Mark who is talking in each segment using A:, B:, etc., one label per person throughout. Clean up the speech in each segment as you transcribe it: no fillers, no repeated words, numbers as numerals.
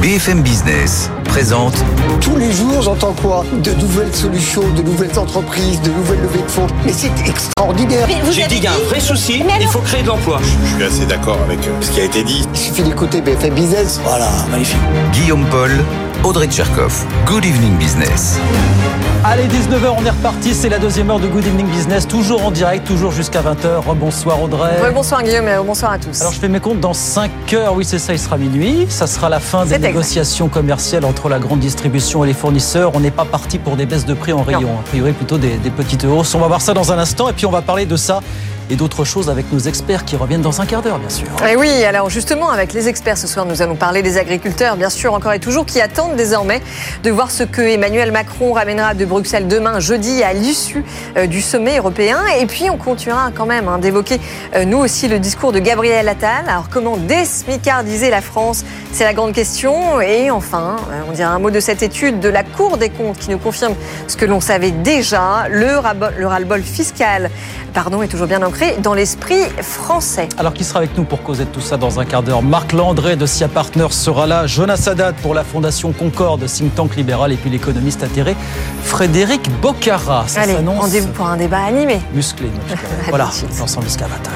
A: BFM Business présente.
B: Tous les jours, j'entends quoi? De nouvelles solutions, de nouvelles entreprises, de nouvelles levées de fonds. Mais c'est extraordinaire.
C: J'ai dit qu'il y a un vrai souci, il faut créer de l'emploi.
D: Je suis assez d'accord avec ce qui a été dit.
B: Il suffit d'écouter BFM Business.
C: Voilà, magnifique.
A: Guillaume Paul, Audrey Tcherkov. Good Evening Business.
E: Allez, 19h, on est reparti. C'est la deuxième heure de Good Evening Business. Toujours en direct, toujours jusqu'à 20h. Rebonsoir Audrey.
F: Bonsoir Guillaume et bonsoir à tous.
E: Alors je fais mes comptes dans 5 heures. Oui, c'est ça, il sera minuit. Ça sera la fin des négociations commerciales entre la grande distribution et les fournisseurs. On n'est pas parti pour des baisses de prix en rayon. A priori, plutôt des petites hausses. On va voir ça dans un instant. Et puis on va parler de ça et d'autres choses avec nos experts qui reviennent dans un quart d'heure, bien sûr.
F: Et oui, alors justement, avec les experts ce soir, nous allons parler des agriculteurs, bien sûr, encore et toujours, qui attendent désormais de voir ce que Emmanuel Macron ramènera de Bruxelles demain, jeudi, à l'issue du sommet européen. Et puis, on continuera quand même d'évoquer, nous aussi, le discours de Gabriel Attal. Alors, comment désmicardiser la France? C'est la grande question. Et enfin, on dira un mot de cette étude de la Cour des comptes qui nous confirme ce que l'on savait déjà. Le ras-le-bol fiscal, est toujours bien ancré dans l'esprit français.
E: Alors, qui sera avec nous pour causer de tout ça dans un quart d'heure? Marc Landré de SIA Partners sera là. Jonas Haddad pour la Fondation Concorde, think tank libéral. Et puis l'économiste atterré Frédéric Boccara. Ça
F: Allez,
E: s'annonce
F: rendez-vous pour un débat animé.
E: Musclé. Voilà, l'ensemble jusqu'à 20h.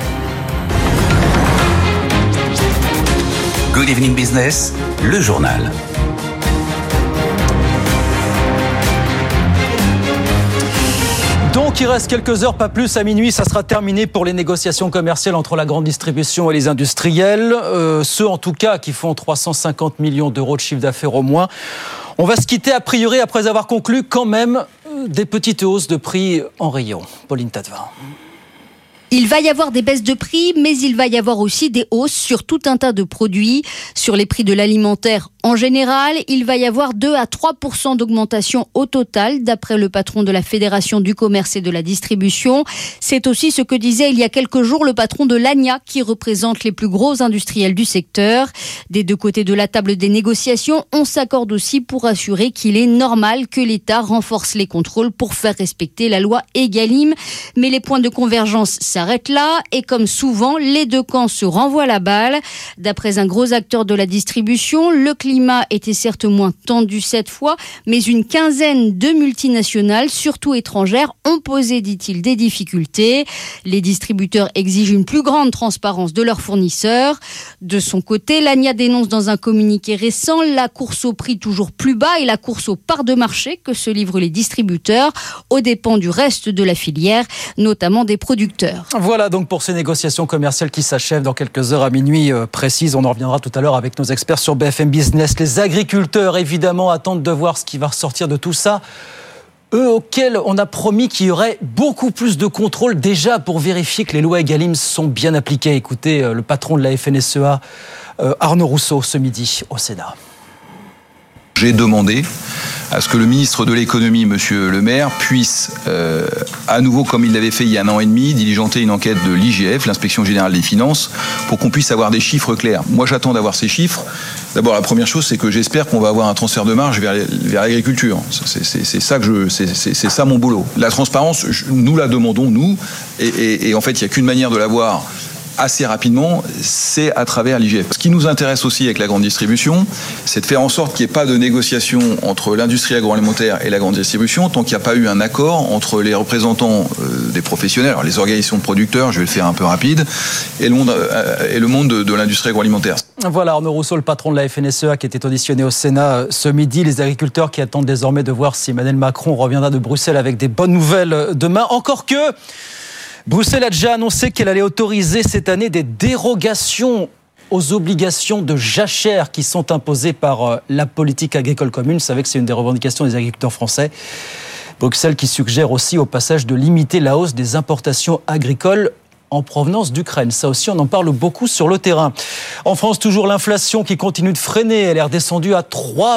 A: Good Evening Business, le journal.
E: Donc il reste quelques heures, pas plus, à minuit, ça sera terminé pour les négociations commerciales entre la grande distribution et les industriels, ceux en tout cas qui font 350 millions d'euros de chiffre d'affaires au moins. On va se quitter a priori après avoir conclu quand même des petites hausses de prix en rayon. Pauline Tadevin.
G: Il va y avoir des baisses de prix, mais il va y avoir aussi des hausses sur tout un tas de produits. Sur les prix de l'alimentaire en général, il va y avoir 2 à 3% d'augmentation au total, d'après le patron de la Fédération du commerce et de la distribution. C'est aussi ce que disait il y a quelques jours le patron de l'ANIA, qui représente les plus gros industriels du secteur. Des deux côtés de la table des négociations, on s'accorde aussi pour assurer qu'il est normal que l'État renforce les contrôles pour faire respecter la loi Egalim. Mais les points de convergence s'arrêtent là et comme souvent, les deux camps se renvoient la balle. D'après un gros acteur de la distribution, le climat était certes moins tendu cette fois, mais une quinzaine de multinationales, surtout étrangères, ont posé, dit-il, des difficultés. Les distributeurs exigent une plus grande transparence de leurs fournisseurs. De son côté, l'ANIA dénonce dans un communiqué récent la course au prix toujours plus bas et la course aux parts de marché que se livrent les distributeurs aux dépens du reste de la filière, notamment des producteurs.
E: Voilà donc pour ces négociations commerciales qui s'achèvent dans quelques heures à minuit précise. On en reviendra tout à l'heure avec nos experts sur BFM Business. Les agriculteurs, évidemment, attendent de voir ce qui va ressortir de tout ça. Eux auxquels on a promis qu'il y aurait beaucoup plus de contrôle déjà pour vérifier que les lois Egalim sont bien appliquées. Écoutez le patron de la FNSEA, Arnaud Rousseau, ce midi au Sénat.
H: J'ai demandé à ce que le ministre de l'économie, monsieur Le Maire, puisse, à nouveau, comme il l'avait fait il y a 1 an et demi, diligenter une enquête de l'IGF, l'Inspection Générale des Finances, pour qu'on puisse avoir des chiffres clairs. Moi, j'attends d'avoir ces chiffres. D'abord, la première chose, c'est que j'espère qu'on va avoir un transfert de marge vers l'agriculture. C'est ça mon boulot. La transparence, nous la demandons, nous, et en fait, il n'y a qu'une manière de l'avoir assez rapidement, c'est à travers l'IGF. Ce qui nous intéresse aussi avec la grande distribution, c'est de faire en sorte qu'il n'y ait pas de négociation entre l'industrie agroalimentaire et la grande distribution tant qu'il n'y a pas eu un accord entre les représentants des professionnels, alors les organisations de producteurs, je vais le faire un peu rapide, et le monde de l'industrie agroalimentaire.
E: Voilà Arnaud Rousseau, le patron de la FNSEA qui était auditionné au Sénat ce midi. Les agriculteurs qui attendent désormais de voir si Emmanuel Macron reviendra de Bruxelles avec des bonnes nouvelles demain. Encore que Bruxelles a déjà annoncé qu'elle allait autoriser cette année des dérogations aux obligations de jachère qui sont imposées par la politique agricole commune. Vous savez que c'est une des revendications des agriculteurs français. Bruxelles qui suggère aussi au passage de limiter la hausse des importations agricoles en provenance d'Ukraine. Ça aussi, on en parle beaucoup sur le terrain. En France, toujours l'inflation qui continue de freiner. Elle est redescendue à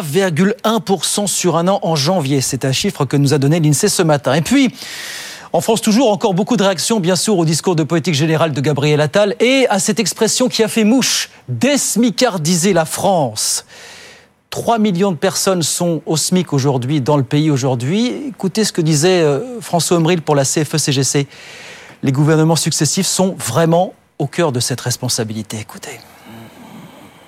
E: 3,1% sur un an en janvier. C'est un chiffre que nous a donné l'INSEE ce matin. Et puis, en France, toujours encore beaucoup de réactions, bien sûr, au discours de politique générale de Gabriel Attal et à cette expression qui a fait mouche, désmicardiser la France. 3 millions de personnes sont au SMIC aujourd'hui, dans le pays aujourd'hui. Écoutez ce que disait François Omril pour la CFE-CGC. Les gouvernements successifs sont vraiment au cœur de cette responsabilité. Écoutez.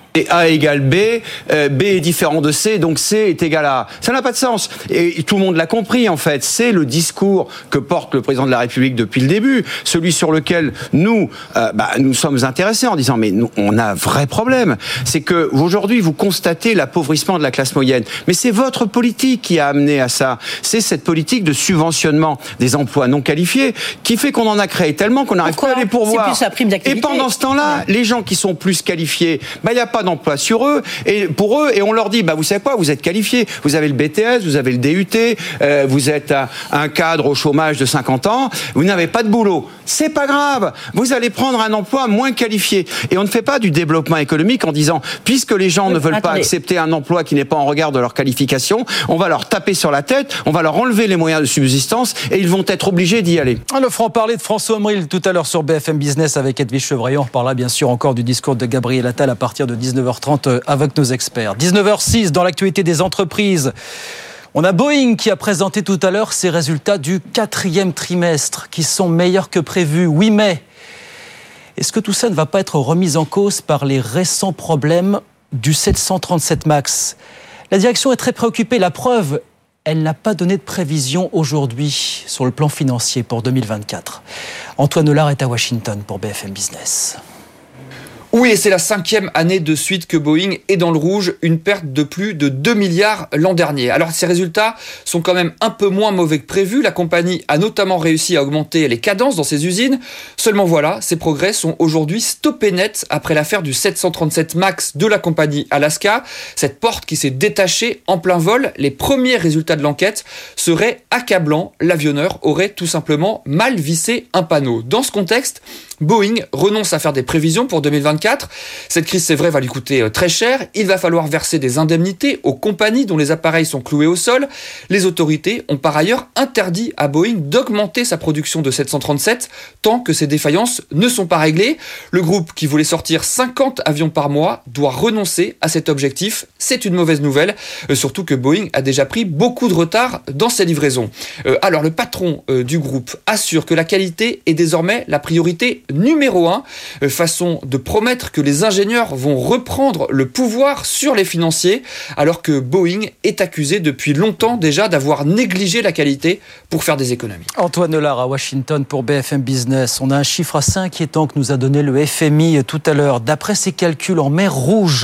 I: et A égale B, B est différent de C, donc C est égal à A. Ça n'a pas de sens. Et tout le monde l'a compris, en fait. C'est le discours que porte le président de la République depuis le début, celui sur lequel nous sommes intéressés en disant, mais nous, on a un vrai problème. C'est que aujourd'hui, vous constatez l'appauvrissement de la classe moyenne. Mais c'est votre politique qui a amené à ça. C'est cette politique de subventionnement des emplois non qualifiés qui fait qu'on en a créé tellement qu'on n'arrive pas à les pourvoir.
J: C'est plus la prime d'activité.
I: Et pendant ce temps-là, les gens qui sont plus qualifiés, il n'y a pas d'emploi sur eux, et pour eux, et on leur dit, vous savez quoi, vous êtes qualifiés, vous avez le BTS, vous avez le DUT, vous êtes un cadre au chômage de 50 ans, vous n'avez pas de boulot. C'est pas grave, vous allez prendre un emploi moins qualifié. Et on ne fait pas du développement économique en disant, puisque les gens ne veulent pas accepter un emploi qui n'est pas en regard de leur qualification, on va leur taper sur la tête, on va leur enlever les moyens de subsistance, et ils vont être obligés d'y aller.
E: Le franc-parler de François Omril tout à l'heure sur BFM Business avec Edwige Chevrillon. On reparlera bien sûr encore du discours de Gabriel Attal à partir de 19h30 avec nos experts. 19h06 dans l'actualité des entreprises. On a Boeing qui a présenté tout à l'heure ses résultats du 4e trimestre qui sont meilleurs que prévu. Oui, mais est-ce que tout ça ne va pas être remis en cause par les récents problèmes du 737 MAX ? La direction est très préoccupée. La preuve, elle n'a pas donné de prévision aujourd'hui sur le plan financier pour 2024. Antoine Hollard est à Washington pour BFM Business.
K: Oui, et c'est la 5e année de suite que Boeing est dans le rouge, une perte de plus de 2 milliards l'an dernier. Alors ces résultats sont quand même un peu moins mauvais que prévu. La compagnie a notamment réussi à augmenter les cadences dans ses usines. Seulement voilà, ces progrès sont aujourd'hui stoppés net après l'affaire du 737 MAX de la compagnie Alaska. Cette porte qui s'est détachée en plein vol, les premiers résultats de l'enquête seraient accablants. L'avionneur aurait tout simplement mal vissé un panneau. Dans ce contexte, Boeing renonce à faire des prévisions pour 2024. Cette crise, c'est vrai, va lui coûter très cher. Il va falloir verser des indemnités aux compagnies dont les appareils sont cloués au sol. Les autorités ont par ailleurs interdit à Boeing d'augmenter sa production de 737 tant que ces défaillances ne sont pas réglées. Le groupe qui voulait sortir 50 avions par mois doit renoncer à cet objectif. C'est une mauvaise nouvelle, surtout que Boeing a déjà pris beaucoup de retard dans ses livraisons. Alors le patron du groupe assure que la qualité est désormais la priorité numéro 1, façon de promettre que les ingénieurs vont reprendre le pouvoir sur les financiers, alors que Boeing est accusé depuis longtemps déjà d'avoir négligé la qualité pour faire des économies.
E: Antoine Hollard à Washington pour BFM Business. On a un chiffre assez inquiétant que nous a donné le FMI tout à l'heure. D'après ses calculs en mer Rouge,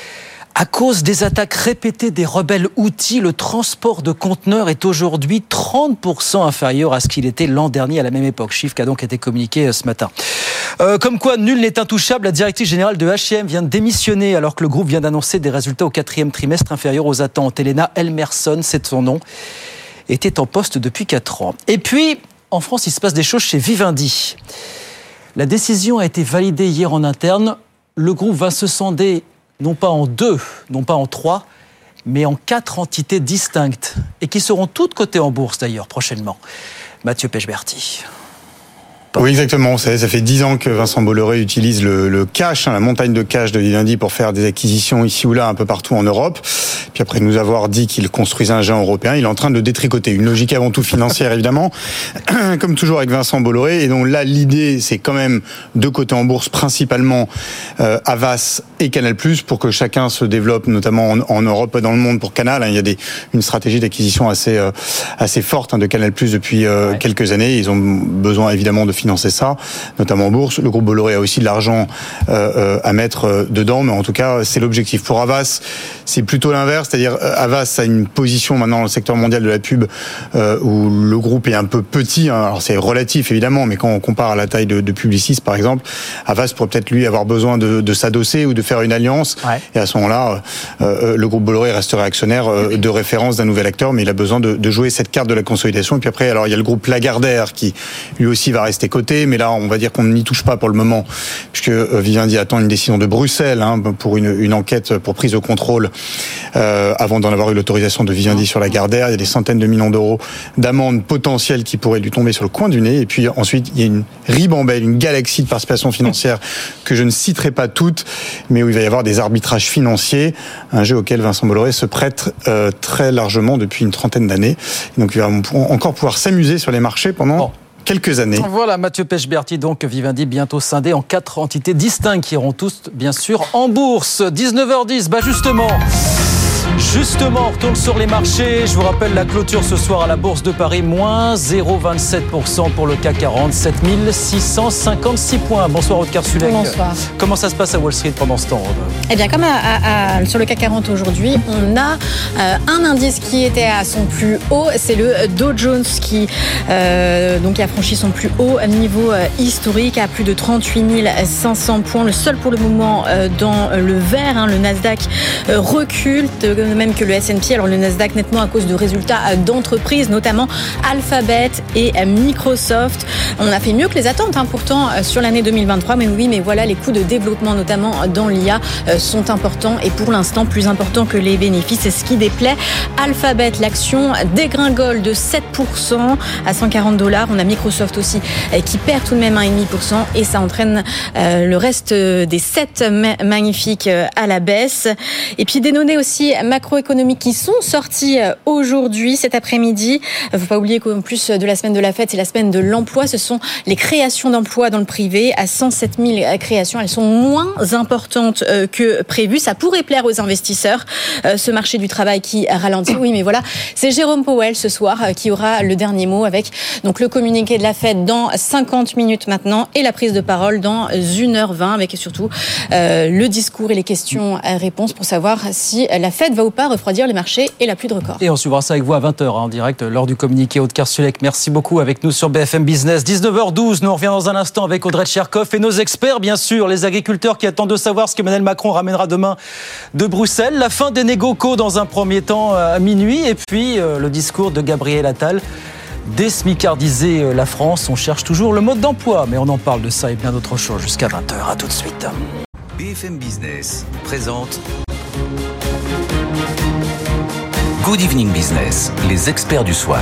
E: à cause des attaques répétées des rebelles Houthis, le transport de conteneurs est aujourd'hui 30% inférieur à ce qu'il était l'an dernier à la même époque. Chiffre qui a donc été communiqué ce matin. Comme quoi, nul n'est intouchable. La directrice générale de H&M vient de démissionner alors que le groupe vient d'annoncer des résultats au 4e trimestre inférieurs aux attentes. Helena Elmerson, c'est son nom, était en poste depuis 4 ans. Et puis, en France, il se passe des choses chez Vivendi. La décision a été validée hier en interne. Le groupe va se scinder non pas en 2, non pas en 3, mais en 4 entités distinctes, et qui seront toutes cotées en bourse d'ailleurs prochainement. Mathieu Pechberti.
L: Oui, exactement. Ça fait 10 ans que Vincent Bolloré utilise le cash, la montagne de cash de Vivendi pour faire des acquisitions ici ou là un peu partout en Europe. Puis après nous avoir dit qu'il construisait un géant européen, il est en train de le détricoter. Une logique avant tout financière évidemment, comme toujours avec Vincent Bolloré. Et donc là, l'idée, c'est quand même de coter en bourse principalement Havas et Canal+, pour que chacun se développe, notamment en Europe et dans le monde. Pour Canal, il y a une stratégie d'acquisition assez forte de Canal+ depuis quelques années. Ils ont besoin évidemment de financer ça, notamment en bourse. Le groupe Bolloré a aussi de l'argent à mettre dedans, mais en tout cas, c'est l'objectif. Pour Havas, c'est plutôt l'inverse, c'est-à-dire Havas a une position maintenant dans le secteur mondial de la pub où le groupe est un peu petit. Alors c'est relatif évidemment, mais quand on compare à la taille de Publicis par exemple, Havas pourrait peut-être lui avoir besoin de s'adosser ou de faire une alliance. Ouais. Et à ce moment-là, le groupe Bolloré resterait actionnaire de référence d'un nouvel acteur, mais il a besoin de jouer cette carte de la consolidation. Et puis après, alors il y a le groupe Lagardère qui lui aussi va rester coté, mais là on va dire qu'on n'y touche pas pour le moment, puisque Vivendi attend une décision de Bruxelles pour une enquête pour prise de contrôle avant d'en avoir eu l'autorisation de Vivendi sur Lagardère. Il y a des centaines de millions d'euros d'amendes potentielles qui pourraient lui tomber sur le coin du nez. Et puis ensuite il y a une ribambelle, une galaxie de participations financières que je ne citerai pas toutes, mais où il va y avoir des arbitrages financiers, un jeu auquel Vincent Bolloré se prête très largement depuis une trentaine d'années. Donc il va encore pouvoir s'amuser sur les marchés pendant quelques années.
E: Voilà, Mathieu Pechberti, donc Vivendi bientôt scindé en 4 entités distinctes qui iront tous, bien sûr, en bourse. 19h10, Justement, on retourne sur les marchés. Je vous rappelle la clôture ce soir à la Bourse de Paris, moins 0,27% pour le CAC 40, 7656 points. Bonsoir Aude Kersulek.
J: Bonsoir.
E: Comment ça se passe à Wall Street pendant ce temps, Aude ?
J: Eh bien, comme sur le CAC 40 aujourd'hui, on a un indice qui était à son plus haut, c'est le Dow Jones qui a franchi son plus haut niveau historique à plus de 38 500 points. Le seul pour le moment dans le vert, le Nasdaq recule, de même que le S&P. Alors le Nasdaq nettement à cause de résultats d'entreprises, notamment Alphabet et Microsoft. On a fait mieux que les attentes pourtant sur l'année 2023, mais voilà, les coûts de développement, notamment dans l'IA, sont importants et pour l'instant plus importants que les bénéfices. C'est ce qui déplaît Alphabet. L'action dégringole de 7% à $140. On a Microsoft aussi qui perd tout de même 1,5% et ça entraîne le reste des 7 magnifiques à la baisse. Et puis des données aussi macroéconomiques qui sont sorties aujourd'hui, cet après-midi. Il ne faut pas oublier qu'en plus de la semaine de la fête, c'est la semaine de l'emploi. Ce sont les créations d'emplois dans le privé à 107 000 créations. Elles sont moins importantes que prévu. Ça pourrait plaire aux investisseurs. Ce marché du travail qui ralentit. Oui, mais voilà, c'est Jérôme Powell ce soir qui aura le dernier mot avec donc le communiqué de la Fed dans 50 minutes maintenant et la prise de parole dans 1h20 avec surtout le discours et les questions-réponses pour savoir si la Fed va ou pas refroidir les marchés et la pluie de record.
E: Et on suivra ça avec vous à 20h en direct lors du communiqué. Aude Kersulek, merci beaucoup avec nous sur BFM Business. 19h12, nous on revient dans un instant avec Audrey Tcherkov et nos experts, bien sûr, les agriculteurs qui attendent de savoir ce qu'Emmanuel Macron ramènera demain de Bruxelles. La fin des négocos dans un premier temps à minuit et puis le discours de Gabriel Attal. Désmicardiser la France, on cherche toujours le mode d'emploi, mais on en parle de ça et bien d'autres choses jusqu'à 20h. À tout de suite.
A: BFM Business présente Good Evening Business, les experts du soir.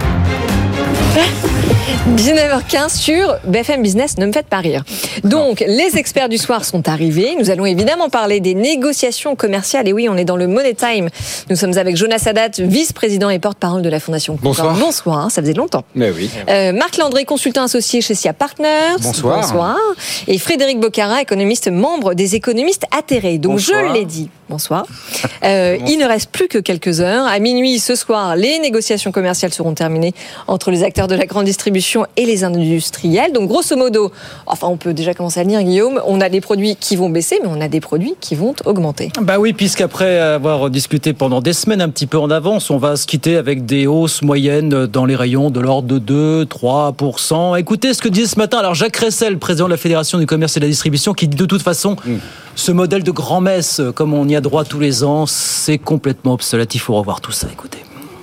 F: 19h15 sur BFM Business, ne me faites pas rire. Donc, les experts du soir sont arrivés. Nous allons évidemment parler des négociations commerciales. Et oui, on est dans le Money Time. Nous sommes avec Jonas Haddad, vice-président et porte-parole de la Fondation Concorde.
I: Bonsoir.
F: Bonsoir, ça faisait longtemps.
I: Mais oui.
F: Marc Landré, consultant associé chez SIA Partners.
I: Bonsoir.
F: Bonsoir. Et Frédéric Bocara, économiste, membre des économistes atterrés. Donc, bonsoir. Je l'ai dit. Bonsoir. Il ne reste plus que quelques heures. À minuit ce soir, les négociations commerciales seront terminées entre les acteurs de la grande distribution et les industriels. Donc, grosso modo, enfin, on peut déjà commencer à le dire, Guillaume, on a des produits qui vont baisser, mais on a des produits qui vont augmenter.
E: Bah oui, puisqu'après avoir discuté pendant des semaines un petit peu en avance, on va se quitter avec des hausses moyennes dans les rayons de l'ordre de 2-3%. Écoutez ce que disait ce matin, alors Jacques Ressel, président de la Fédération du commerce et de la distribution, qui dit de toute façon, ce modèle de grand-messe, comme on y a droit tous les ans, c'est complètement obsolète. Il faut revoir tout ça, écoutez.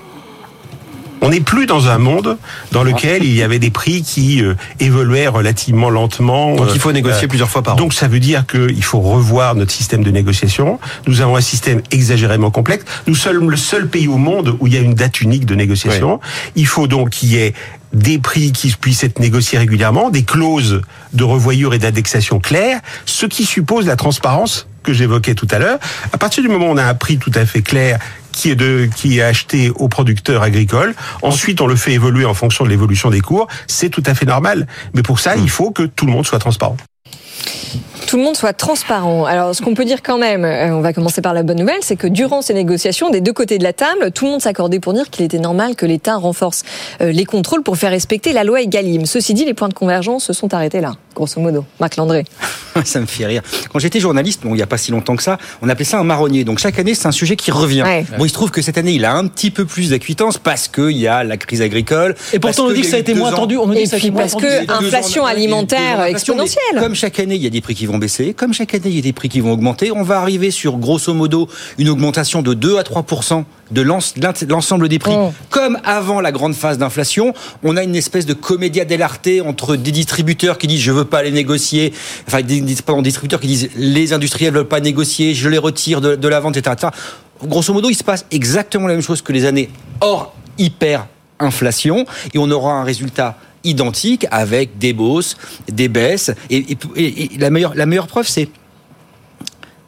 M: On n'est plus dans un monde dans lequel il y avait des prix qui évoluaient relativement lentement.
N: Donc il faut négocier plusieurs fois par an.
M: Donc ça veut dire qu'il faut revoir notre système de négociation. Nous avons un système exagérément complexe. Nous sommes le seul pays au monde où il y a une date unique de négociation. Oui. Il faut donc qu'il y ait des prix qui puissent être négociés régulièrement, des clauses de revoyure et d'indexation claires, ce qui suppose la transparence que j'évoquais tout à l'heure. À partir du moment où on a un prix tout à fait clair qui est acheté aux producteurs agricoles, ensuite on le fait évoluer en fonction de l'évolution des cours, c'est tout à fait normal. Mais pour ça, il faut que tout le monde soit transparent.
F: Tout le monde soit transparent. Alors, ce qu'on peut dire quand même, on va commencer par la bonne nouvelle, c'est que durant ces négociations, des deux côtés de la table, tout le monde s'accordait pour dire qu'il était normal que l'État renforce les contrôles pour faire respecter la loi Egalim. Ceci dit, les points de convergence se sont arrêtés là, grosso modo. Marc Landré.
N: Ça me fait rire. Quand j'étais journaliste, il n'y a pas si longtemps que ça, on appelait ça un marronnier. Donc chaque année, c'est un sujet qui revient. Ouais. Bon, il se trouve que cette année, il a un petit peu plus d'acuitance parce qu'il y a la crise agricole.
E: Et pourtant, on nous dit que ça a été moins attendu. On nous dit que ça a été moins attendu.
F: Parce que inflation alimentaire exponentielle.
N: Comme chaque année, il y a des prix qui vont baisser. Comme chaque année, il y a des prix qui vont augmenter. On va arriver sur, grosso modo, une augmentation de 2 à 3% de l'ensemble des prix. Comme avant la grande phase d'inflation, on a une espèce de commedia dell'arte entre des distributeurs qui disent je veux pas les négocier, enfin des distributeurs qui disent les industriels veulent pas négocier, je les retire de la vente, etc. Grosso modo, il se passe exactement la même chose que les années hors hyper-inflation et on aura un résultat identique avec des hausses, des baisses et la meilleure preuve, c'est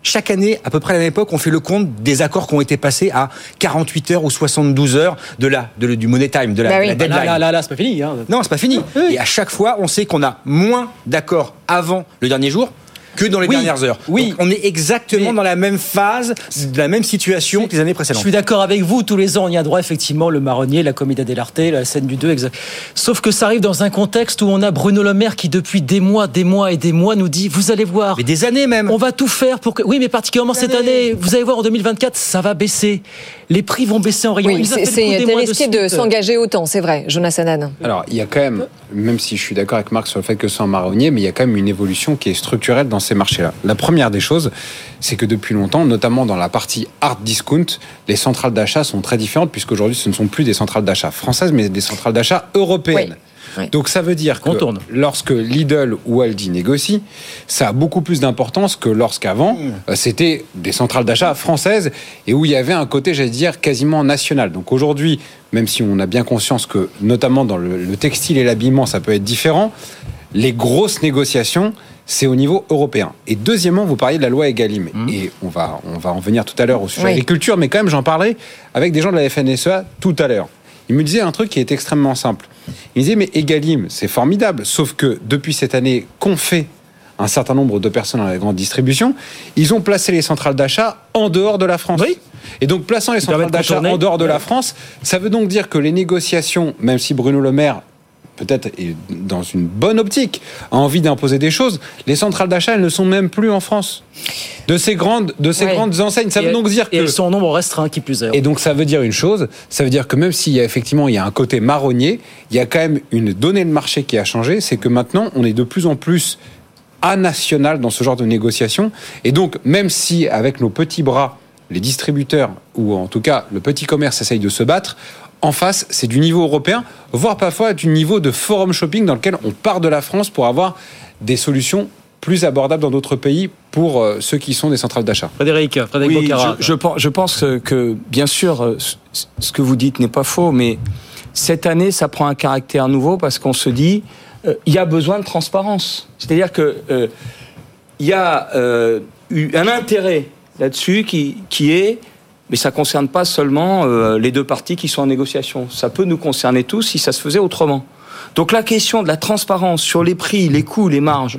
N: chaque année, à peu près à la même époque, on fait le compte des accords qui ont été passés à 48 heures ou 72 heures du money time, de la deadline.
E: Là, c'est pas fini. Hein.
N: Non, c'est pas fini. Oui. Et à chaque fois, on sait qu'on a moins d'accords avant le dernier jour que dans les dernières heures. Oui. Donc, on est exactement dans la même phase, de la même situation que les années précédentes.
E: Je suis d'accord avec vous. Tous les ans, on y a droit, effectivement, le marronnier, la Comida dell'arte, la scène du 2. Exact. Sauf que ça arrive dans un contexte où on a Bruno Le Maire qui, depuis des mois nous dit, vous allez voir.
N: Mais des années même.
E: On va tout faire pour que... Oui, mais particulièrement cette année. Vous allez voir, en 2024, ça va baisser. Les prix vont baisser en rayon.
F: Oui, c'est risqué de s'engager autant, c'est vrai. Jonas Hanan.
O: Alors, il y a quand même si je suis d'accord avec Marc sur le fait que c'est un marronnier, mais il y a quand même une évolution qui est structurelle dans ces marchés-là. La première des choses, c'est que depuis longtemps, notamment dans la partie hard discount, les centrales d'achat sont très différentes, puisqu'aujourd'hui, ce ne sont plus des centrales d'achat françaises, mais des centrales d'achat européennes. Oui. Donc ça veut dire que lorsque Lidl ou Aldi négocient, ça a beaucoup plus d'importance que lorsqu'avant, c'était des centrales d'achat françaises et où il y avait un côté, j'allais dire, quasiment national. Donc aujourd'hui, même si on a bien conscience que, notamment dans le textile et l'habillement, ça peut être différent, les grosses négociations, c'est au niveau européen. Et deuxièmement, vous parliez de la loi Egalim. Et on va en venir tout à l'heure au sujet agriculture, mais quand même, j'en parlais avec des gens de la FNSEA tout à l'heure. Ils me disaient un truc qui est extrêmement simple. Ils me disaient, mais Egalim, c'est formidable, sauf que depuis cette année qu'ont fait un certain nombre de personnes dans la grande distribution, ils ont placé les centrales d'achat en dehors de la France. Oui. Et donc, plaçant les centrales d'achat en dehors de la France, ça veut donc dire que les négociations, même si Bruno Le Maire peut-être dans une bonne optique, a envie d'imposer des choses, les centrales d'achat, elles ne sont même plus en France. De ces grandes enseignes. Ça veut donc dire que...
E: elles sont en nombre restreint, qui plus est.
O: Et donc, ça veut dire une chose, ça veut dire que même s'il y a effectivement un côté marronnier, il y a quand même une donnée de marché qui a changé, c'est que maintenant, on est de plus en plus anational dans ce genre de négociations. Et donc, même si, avec nos petits bras, les distributeurs, ou en tout cas, le petit commerce essaye de se battre, en face, c'est du niveau européen, voire parfois du niveau de forum shopping dans lequel on part de la France pour avoir des solutions plus abordables dans d'autres pays pour ceux qui sont des centrales d'achat.
E: Frédéric Bocara.
P: Je pense que, bien sûr, ce que vous dites n'est pas faux, mais cette année, ça prend un caractère nouveau parce qu'on se dit, il y a besoin de transparence. C'est-à-dire que il y a eu un intérêt là-dessus qui est... Mais ça ne concerne pas seulement les deux parties qui sont en négociation. Ça peut nous concerner tous si ça se faisait autrement. Donc la question de la transparence sur les prix, les coûts, les marges,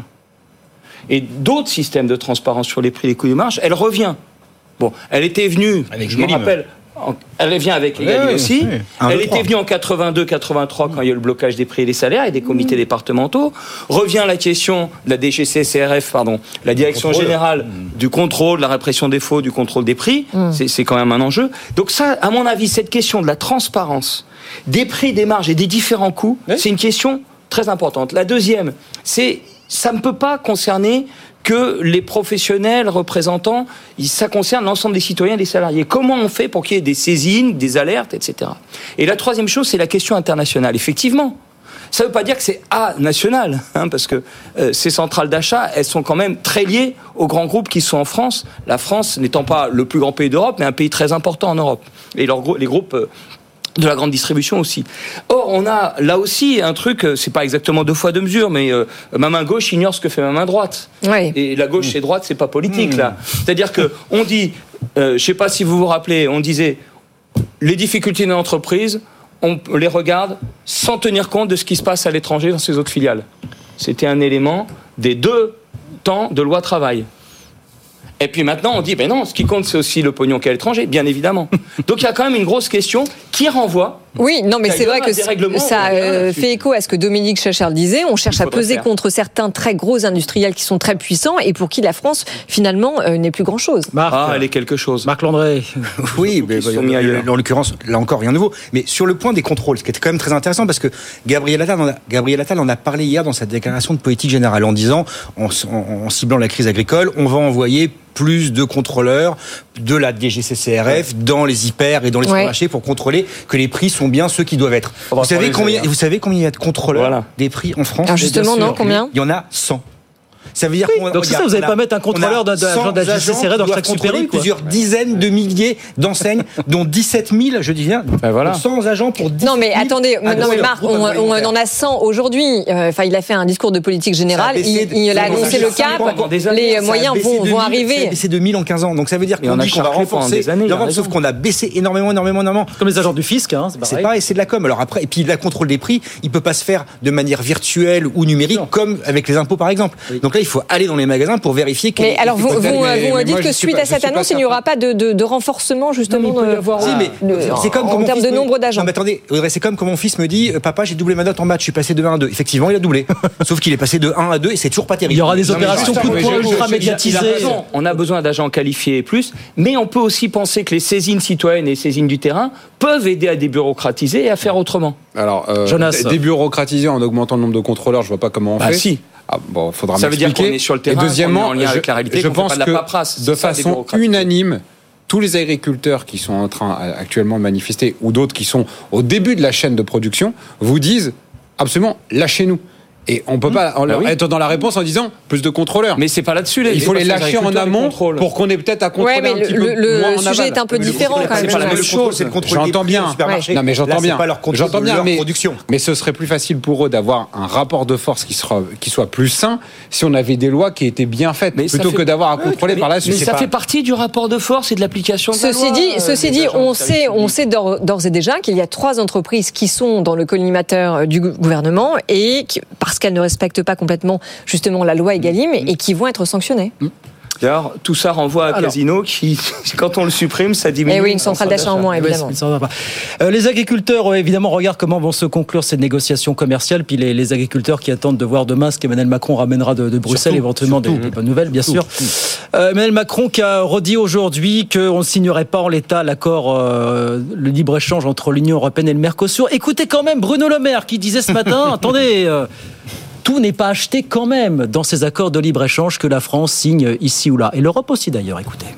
P: et d'autres systèmes de transparence sur les prix, les coûts, les marges, elle revient. Bon, elle était venue, je me rappelle, elle vient avec Egalim aussi. Elle était venue en 82-83 quand il y a eu le blocage des prix et des salaires et des comités départementaux. Revient la question de la DGCCRF, la Direction Générale du Contrôle, de la répression des faux, du contrôle des prix. C'est quand même un enjeu. Donc ça, à mon avis, cette question de la transparence des prix, des marges et des différents coûts, c'est une question très importante. La deuxième, ça ne peut pas concerner que les professionnels, représentants, ça concerne l'ensemble des citoyens et des salariés. Comment on fait pour qu'il y ait des saisines, des alertes, etc. Et la troisième chose, c'est la question internationale. Effectivement, ça ne veut pas dire que c'est national, parce que ces centrales d'achat, elles sont quand même très liées aux grands groupes qui sont en France. La France n'étant pas le plus grand pays d'Europe, mais un pays très important en Europe. Et les groupes... de la grande distribution aussi. Or, on a là aussi un truc, c'est pas exactement 2 fois 2 mesures, mais ma main gauche ignore ce que fait ma main droite. Oui. Et la gauche et droite, c'est pas politique, là. C'est-à-dire que on dit, je sais pas si vous vous rappelez, on disait, les difficultés d'une entreprise, on les regarde sans tenir compte de ce qui se passe à l'étranger dans ses autres filiales. C'était un élément des 2 temps de loi travail. Et puis maintenant, on dit, ben non, ce qui compte, c'est aussi le pognon qu'à l'étranger, bien évidemment. Donc il y a quand même une grosse question qui renvoie...
F: Oui, non, mais c'est vrai que ça fait écho à ce que Dominique Chachard disait. On cherche à peser contre certains très gros industriels qui sont très puissants et pour qui la France, finalement, n'est plus grand-chose.
P: Elle est quelque chose.
E: Marc Landré.
N: Oui, mais en l'occurrence, là encore, rien de nouveau. Mais sur le point des contrôles, ce qui était quand même très intéressant, parce que Gabriel Attal en a parlé hier dans sa déclaration de politique générale, en disant, en ciblant la crise agricole, on va envoyer plus de contrôleurs de la DGCCRF dans les hyper et dans les supermarchés pour contrôler que les prix sont bien ceux qui doivent être. Vous savez combien il y a de contrôleurs des prix en France?
F: Alors justement, non, combien?
N: Il y en a 100. Ça veut dire qu'on
E: donc c'est ça, vous n'allez pas mettre un contrôleur de la GCCRE dans chaque Super U,
N: plusieurs dizaines de milliers d'enseignes, dont 17 000, je dis bien, 100 agents pour 10 000.
F: Non mais attendez, Marc, on en a 100 aujourd'hui. Enfin, il a fait un discours de politique générale, il a annoncé le cap, les moyens vont arriver.
N: Ça a baissé de 1000 en 15 ans, donc ça veut dire qu'on dit qu'on va renforcer, sauf qu'on a baissé énormément.
E: Comme les agents du fisc,
N: c'est pareil, c'est de la com. Alors après, et puis le contrôle des prix, il peut pas se faire de manière virtuelle ou numérique, comme avec les impôts par exemple. Donc là, il faut aller dans les magasins pour vérifier.
F: Mais alors vous dites que suite à cette annonce, il n'y aura pas de renforcement justement en termes de nombre d'agents.
N: Non mais attendez, c'est comme quand mon fils me dit, papa, j'ai doublé ma note en maths, je suis passé de 1 à 2. Effectivement, il a doublé. Sauf qu'il est passé de 1 à 2 et c'est toujours pas terrible.
E: Il y aura des opérations coup de poing ultra médiatisées.
P: On a besoin d'agents qualifiés et plus, mais on peut aussi penser que les saisines citoyennes et saisines du terrain peuvent aider à débureaucratiser et à faire autrement.
O: Alors, débureaucratiser en augmentant le nombre de contrôleurs, je vois pas comment on fait.
P: Si.
O: Faudra
P: ça veut dire qu'on est sur le terrain,
O: et deuxièmement,
P: qu'on est en lien avec la réalité,
O: je
P: qu'on
O: pense
P: fait pas de la
O: que
P: paperasse,
O: de façon unanime, tous les agriculteurs qui sont en train actuellement de manifester ou d'autres qui sont au début de la chaîne de production vous disent absolument lâchez-nous. Et on peut pas être dans la réponse en disant plus de contrôleurs.
P: Mais c'est pas là-dessus.
O: Il faut les lâcher en amont pour qu'on ait peut-être à contrôler un petit peu moins en aval.
F: Le sujet est un peu différent quand même.
N: C'est pas la même chose, c'est le contrôle des prix au supermarché.
O: Non mais j'entends bien.
N: J'entends bien, mais production.
O: Mais ce serait plus facile pour eux d'avoir un rapport de force qui soit plus sain si on avait des lois qui étaient bien faites plutôt que d'avoir à contrôler par la suite.
P: Mais ça fait partie du rapport de force et de l'application de la loi.
F: Ceci dit, on sait d'ores et déjà qu'il y a 3 entreprises qui sont dans le collimateur du gouvernement et parce qu'elles ne respectent pas complètement justement la loi Egalim et qui vont être sanctionnés.
P: D'ailleurs, tout ça renvoie à Casino qui, quand on le supprime, ça diminue.
F: Et oui, une centrale d'achat en moins, évidemment.
E: Les agriculteurs, évidemment, regardent comment vont se conclure ces négociations commerciales, puis les agriculteurs qui attendent de voir demain ce qu'Emmanuel Macron ramènera de Bruxelles, éventuellement des bonnes nouvelles, bien sûr. Emmanuel Macron qui a redit aujourd'hui qu'on ne signerait pas en l'état l'accord, le libre-échange entre l'Union européenne et le Mercosur. Écoutez quand même Bruno Le Maire qui disait ce matin, attendez... Tout n'est pas acheté quand même dans ces accords de libre-échange que la France signe ici ou là. Et l'Europe aussi d'ailleurs, écoutez.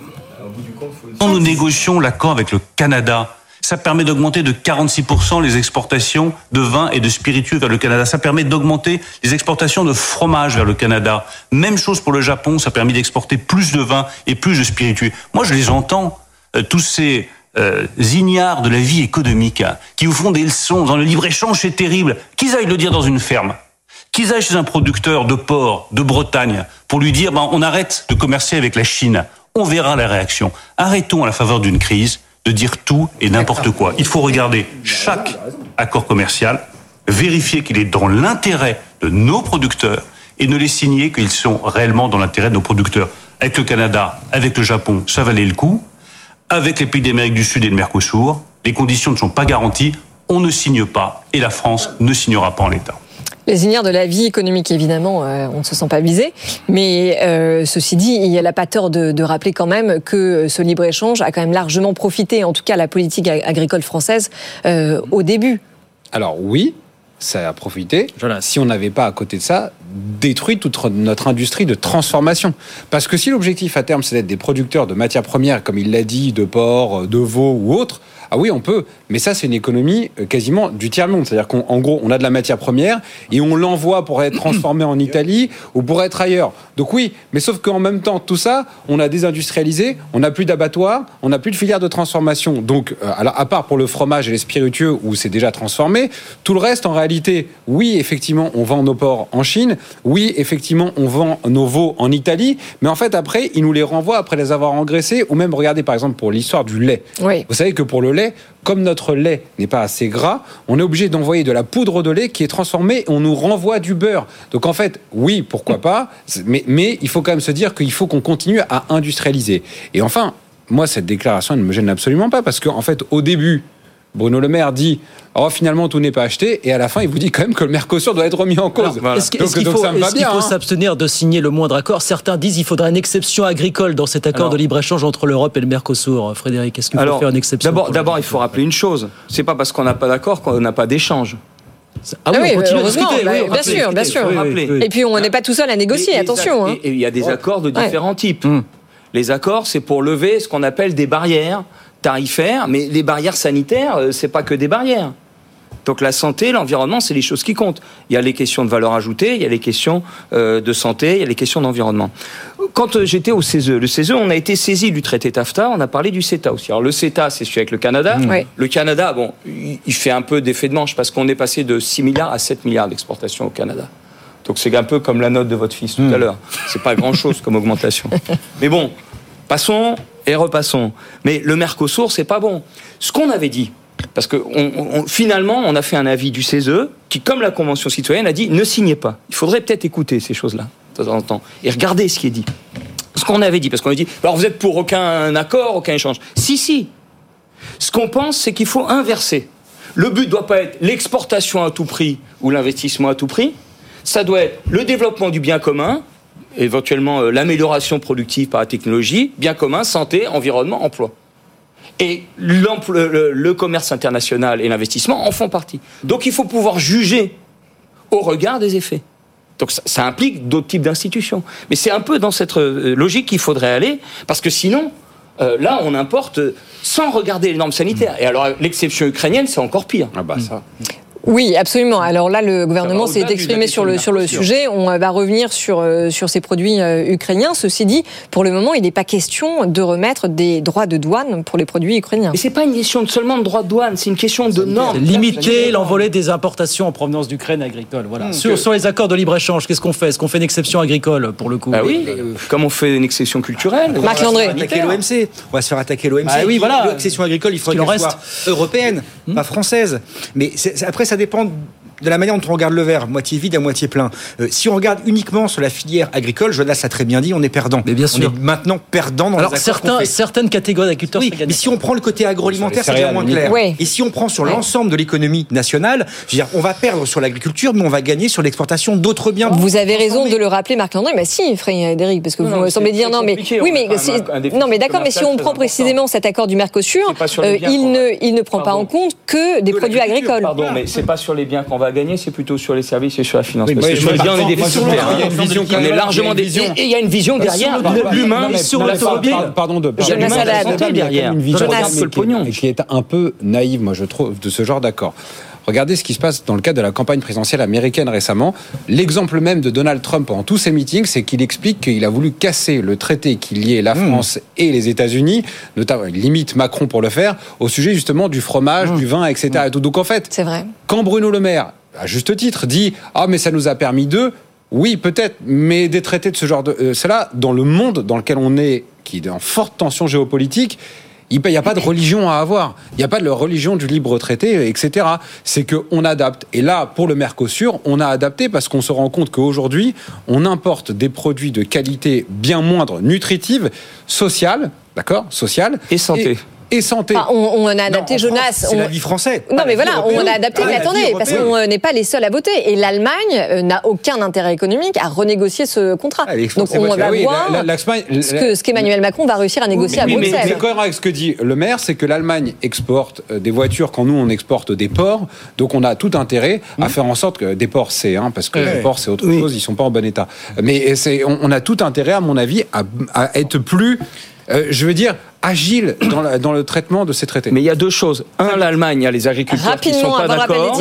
Q: Quand nous négocions l'accord avec le Canada, ça permet d'augmenter de 46% les exportations de vin et de spiritueux vers le Canada. Ça permet d'augmenter les exportations de fromage vers le Canada. Même chose pour le Japon, ça permet d'exporter plus de vin et plus de spiritueux. Moi, je les entends, tous ces... ignares de la vie économique qui vous font des leçons dans le libre-échange, c'est terrible. Qu'ils aillent le dire dans une ferme. Qu'ils aillent chez un producteur de porc de Bretagne pour lui dire on arrête de commercer avec la Chine. On verra la réaction. Arrêtons à la faveur d'une crise de dire tout et n'importe quoi. Il faut regarder chaque accord commercial, vérifier qu'il est dans l'intérêt de nos producteurs et ne les signer qu'ils sont réellement dans l'intérêt de nos producteurs. Avec le Canada, avec le Japon, ça valait le coup. Avec les pays d'Amérique du Sud et le Mercosur, les conditions ne sont pas garanties. On ne signe pas et la France ne signera pas en l'état.
F: Les ignares de la vie économique, évidemment, on ne se sent pas visé. Mais ceci dit, il n'y a pas tort de rappeler quand même que ce libre-échange a quand même largement profité, en tout cas à la politique agricole française, au début.
O: Alors oui, ça a profité. Si on n'avait pas à côté de ça détruit toute notre industrie de transformation. Parce que si l'objectif à terme c'est d'être des producteurs de matières premières, comme il l'a dit, de porc, de veau ou autre, ah oui, on peut, mais ça c'est une économie quasiment du tiers-monde. C'est-à-dire qu'en gros, on a de la matière première et on l'envoie pour être transformé en Italie ou pour être ailleurs. Donc oui, mais sauf qu'en même temps, tout ça, on a désindustrialisé, on n'a plus d'abattoirs, on n'a plus de filière de transformation. Donc, alors, à part pour le fromage et les spiritueux où c'est déjà transformé, tout le reste, en réalité, oui, effectivement, on vend nos porcs en Chine, oui, effectivement, on vend nos veaux en Italie, mais en fait, après, ils nous les renvoient après les avoir engraissés, ou même, regardez, par exemple, pour l'histoire du lait.
F: Oui.
O: Vous savez que pour le lait, comme notre lait n'est pas assez gras, on est obligé d'envoyer de la poudre de lait qui est transformée et on nous renvoie du beurre. Donc en fait, oui, pourquoi pas, mais il faut quand même se dire qu'il faut qu'on continue à industrialiser. Et enfin, moi, cette déclaration, elle ne me gêne absolument pas parce qu'en fait, au début, Bruno Le Maire dit finalement tout n'est pas acheté et à la fin il vous dit quand même que le Mercosur doit être remis en cause.
E: Alors, est-ce qu'il faut s'abstenir de signer le moindre accord? Certains disent qu'il faudrait une exception agricole dans cet accord de libre-échange entre l'Europe et le Mercosur. Frédéric, est-ce qu'il faut faire une exception?
P: D'abord, il faut rappeler une chose. C'est pas parce qu'on n'a pas d'accord qu'on n'a pas d'échange.
F: Ah oui, on continue à discuter. Bien sûr. Et puis on n'est pas tout seul à négocier, attention.
P: Et il y a des accords de différents types. Les accords, c'est pour lever ce qu'on appelle des barrières tarifaires, mais les barrières sanitaires, c'est pas que des barrières. Donc la santé, l'environnement, c'est les choses qui comptent. Il y a les questions de valeur ajoutée, il y a les questions de santé, il y a les questions d'environnement. Quand j'étais au CESE, le CESE, on a été saisi du traité TAFTA, on a parlé du CETA aussi. Alors le CETA, c'est celui avec le Canada.
F: Oui.
P: Le Canada, bon, il fait un peu d'effet de manche parce qu'on est passé de 6 milliards à 7 milliards d'exportation au Canada. Donc c'est un peu comme la note de votre fils tout à l'heure. C'est pas grand-chose comme augmentation. Mais bon, passons et repassons. Mais le Mercosur, c'est pas bon. Ce qu'on avait dit, parce que finalement, on a fait un avis du CESE qui, comme la Convention citoyenne, a dit ne signez pas. Il faudrait peut-être écouter ces choses-là de temps en temps et regarder ce qui est dit. Ce qu'on avait dit, parce qu'on a dit alors vous êtes pour aucun accord, aucun échange. Si. Ce qu'on pense, c'est qu'il faut inverser. Le but ne doit pas être l'exportation à tout prix ou l'investissement à tout prix. Ça doit être le développement du bien commun, éventuellement l'amélioration productive par la technologie, bien commun, santé, environnement, emploi. Et le commerce international et l'investissement en font partie. Donc il faut pouvoir juger au regard des effets. Donc ça implique d'autres types d'institutions. Mais c'est un peu dans cette logique qu'il faudrait aller, parce que sinon, là, on importe sans regarder les normes sanitaires. Et alors, l'exception ukrainienne, c'est encore pire.
O: Ah bah ça...
F: Oui, absolument. Alors là, le gouvernement s'est exprimé sur le sujet. On va revenir sur ces produits ukrainiens. Ceci dit, pour le moment, il n'est pas question de remettre des droits de douane pour les produits ukrainiens.
P: Mais c'est pas une question seulement de droits de douane, c'est une question de normes.
E: C'est limiter l'envolée des importations en provenance d'Ukraine agricole. Voilà. Sur les accords de libre-échange, qu'est-ce qu'on fait ? Est-ce qu'on fait une exception agricole pour le coup ?
P: Ah oui, comme on fait une exception culturelle.
F: Marc Landré.
N: On va se faire attaquer l'OMC.
E: Ah oui, voilà.
N: L'exception agricole, il faudrait qu'elle soit européenne, pas française. Mais après, ça dépend de la manière dont on regarde le verre, moitié vide à moitié plein. Si on regarde uniquement sur la filière agricole, Jonas l'a très bien dit, on est perdant. Mais bien sûr. On est maintenant perdant dans les accords qu'on fait.
E: Certaines catégories d'agriculteurs...
N: Oui, mais si on prend le côté agroalimentaire, c'est déjà moins clair.
F: Oui.
N: Et si on prend sur l'ensemble de l'économie nationale, je veux dire, on va perdre sur l'agriculture, mais on va gagner sur l'exportation d'autres biens.
F: Vous avez raison de le rappeler, Marc Landré. Mais si, Frédéric, parce que vous me semblez dire non, mais oui, mais non, mais d'accord. Mais si on prend précisément cet accord du Mercosur, il ne prend pas en compte que des produits agricoles.
P: Pardon, mais c'est pas sur les biens qu'on va gagner, c'est plutôt sur les services et sur la finance. Parce que sur les biens, on est déficitaire. On est largement déficitaire. Et il y a une vision derrière. L'humain, sur l'automobile.
O: Pardon de
P: il y a une vision derrière que le pognon.
O: Et qui est un peu naïve, moi je trouve, de ce genre d'accord. Regardez ce qui se passe dans le cadre de la campagne présidentielle américaine récemment. L'exemple même de Donald Trump pendant tous ses meetings, c'est qu'il explique qu'il a voulu casser le traité qui liait la France et les États-Unis, notamment, il limite Macron pour le faire, au sujet justement du fromage, du vin, etc. Et tout. Donc en fait,
F: c'est vrai.
O: Quand Bruno Le Maire, à juste titre, dit « Ah, mais ça nous a permis de... » Oui, peut-être, mais des traités de ce genre de... cela, dans le monde dans lequel on est, qui est en forte tension géopolitique, il n'y a pas de religion à avoir. Il n'y a pas de religion du libre traité, etc. C'est qu'on adapte. Et là, pour le Mercosur, on a adapté parce qu'on se rend compte qu'aujourd'hui, on importe des produits de qualité bien moindre, nutritive, sociale, d'accord ? Sociale.
P: Et santé.
O: Et santé.
F: Enfin, on a adapté, Jonas.
N: C'est la vie française.
F: Non, mais voilà, on a adapté. Mais attendez, parce qu'on n'est pas les seuls à voter. Et l'Allemagne n'a aucun intérêt économique à renégocier ce contrat. Donc on va voir ce qu'Emmanuel Macron va réussir à négocier à Bruxelles.
O: Mais c'est cohérent avec ce que dit le maire, c'est que l'Allemagne exporte des voitures quand nous on exporte des porcs. Donc on a tout intérêt à faire en sorte que des porcs c'est, parce que les porcs c'est autre chose, ils sont pas en bon état. Mais on a tout intérêt, à mon avis, à être plus, je veux dire, agile dans le traitement de ces traités.
P: Mais il y a deux choses. Un, l'Allemagne, il y a les agriculteurs qui ne sont pas d'accord.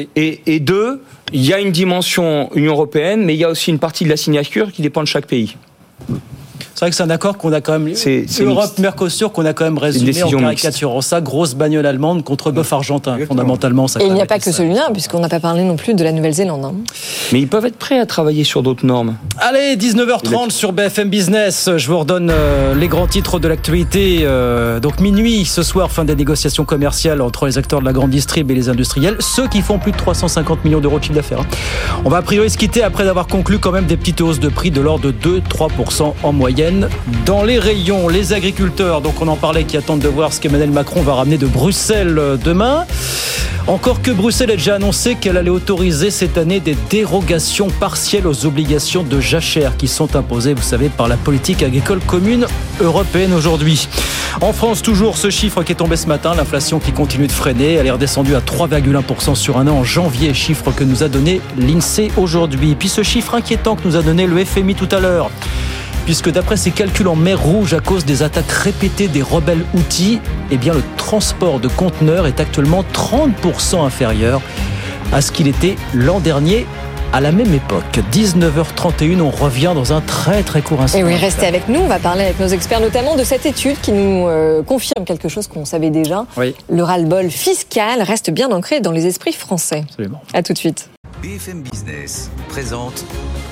P: Et deux, il y a une dimension Union européenne, mais il y a aussi une partie de la signature qui dépend de chaque pays.
E: C'est vrai que c'est un accord qu'on a quand même... C'est Europe-Mercosur qu'on a quand même résumé en caricaturant ça. Grosse bagnole allemande contre bœuf argentin, fondamentalement. Ça
F: et il n'y a pas que celui-là, puisqu'on n'a pas parlé non plus de la Nouvelle-Zélande.
P: Mais ils peuvent être prêts à travailler sur d'autres normes.
E: Allez, 19h30 sur BFM Business. Je vous redonne les grands titres de l'actualité. Donc minuit ce soir, fin des négociations commerciales entre les acteurs de la grande distrib et les industriels. Ceux qui font plus de 350 millions d'euros de chiffre d'affaires. On va a priori se quitter après d'avoir conclu quand même des petites hausses de prix de l'ordre de 2-3% en moyenne. Dans les rayons, les agriculteurs, donc on en parlait, qui attendent de voir ce qu'Emmanuel Macron va ramener de Bruxelles demain. Encore que Bruxelles ait déjà annoncé qu'elle allait autoriser cette année des dérogations partielles aux obligations de jachère qui sont imposées, vous savez, par la politique agricole commune européenne aujourd'hui. En France, toujours ce chiffre qui est tombé ce matin, l'inflation qui continue de freiner, elle est redescendue à 3,1% sur un an en janvier, chiffre que nous a donné l'INSEE aujourd'hui. Puis ce chiffre inquiétant que nous a donné le FMI tout à l'heure. puisque d'après ses calculs en mer Rouge, à cause des attaques répétées des rebelles Houthis, eh bien le transport de conteneurs est actuellement 30% inférieur à ce qu'il était l'an dernier à la même époque. 19h31, on revient dans un très très court instant.
F: Et oui, restez avec nous, on va parler avec nos experts notamment de cette étude qui nous confirme quelque chose qu'on savait déjà.
E: Oui.
F: Le ras-le-bol fiscal reste bien ancré dans les esprits français.
E: Absolument.
F: À tout de suite.
A: BFM Business présente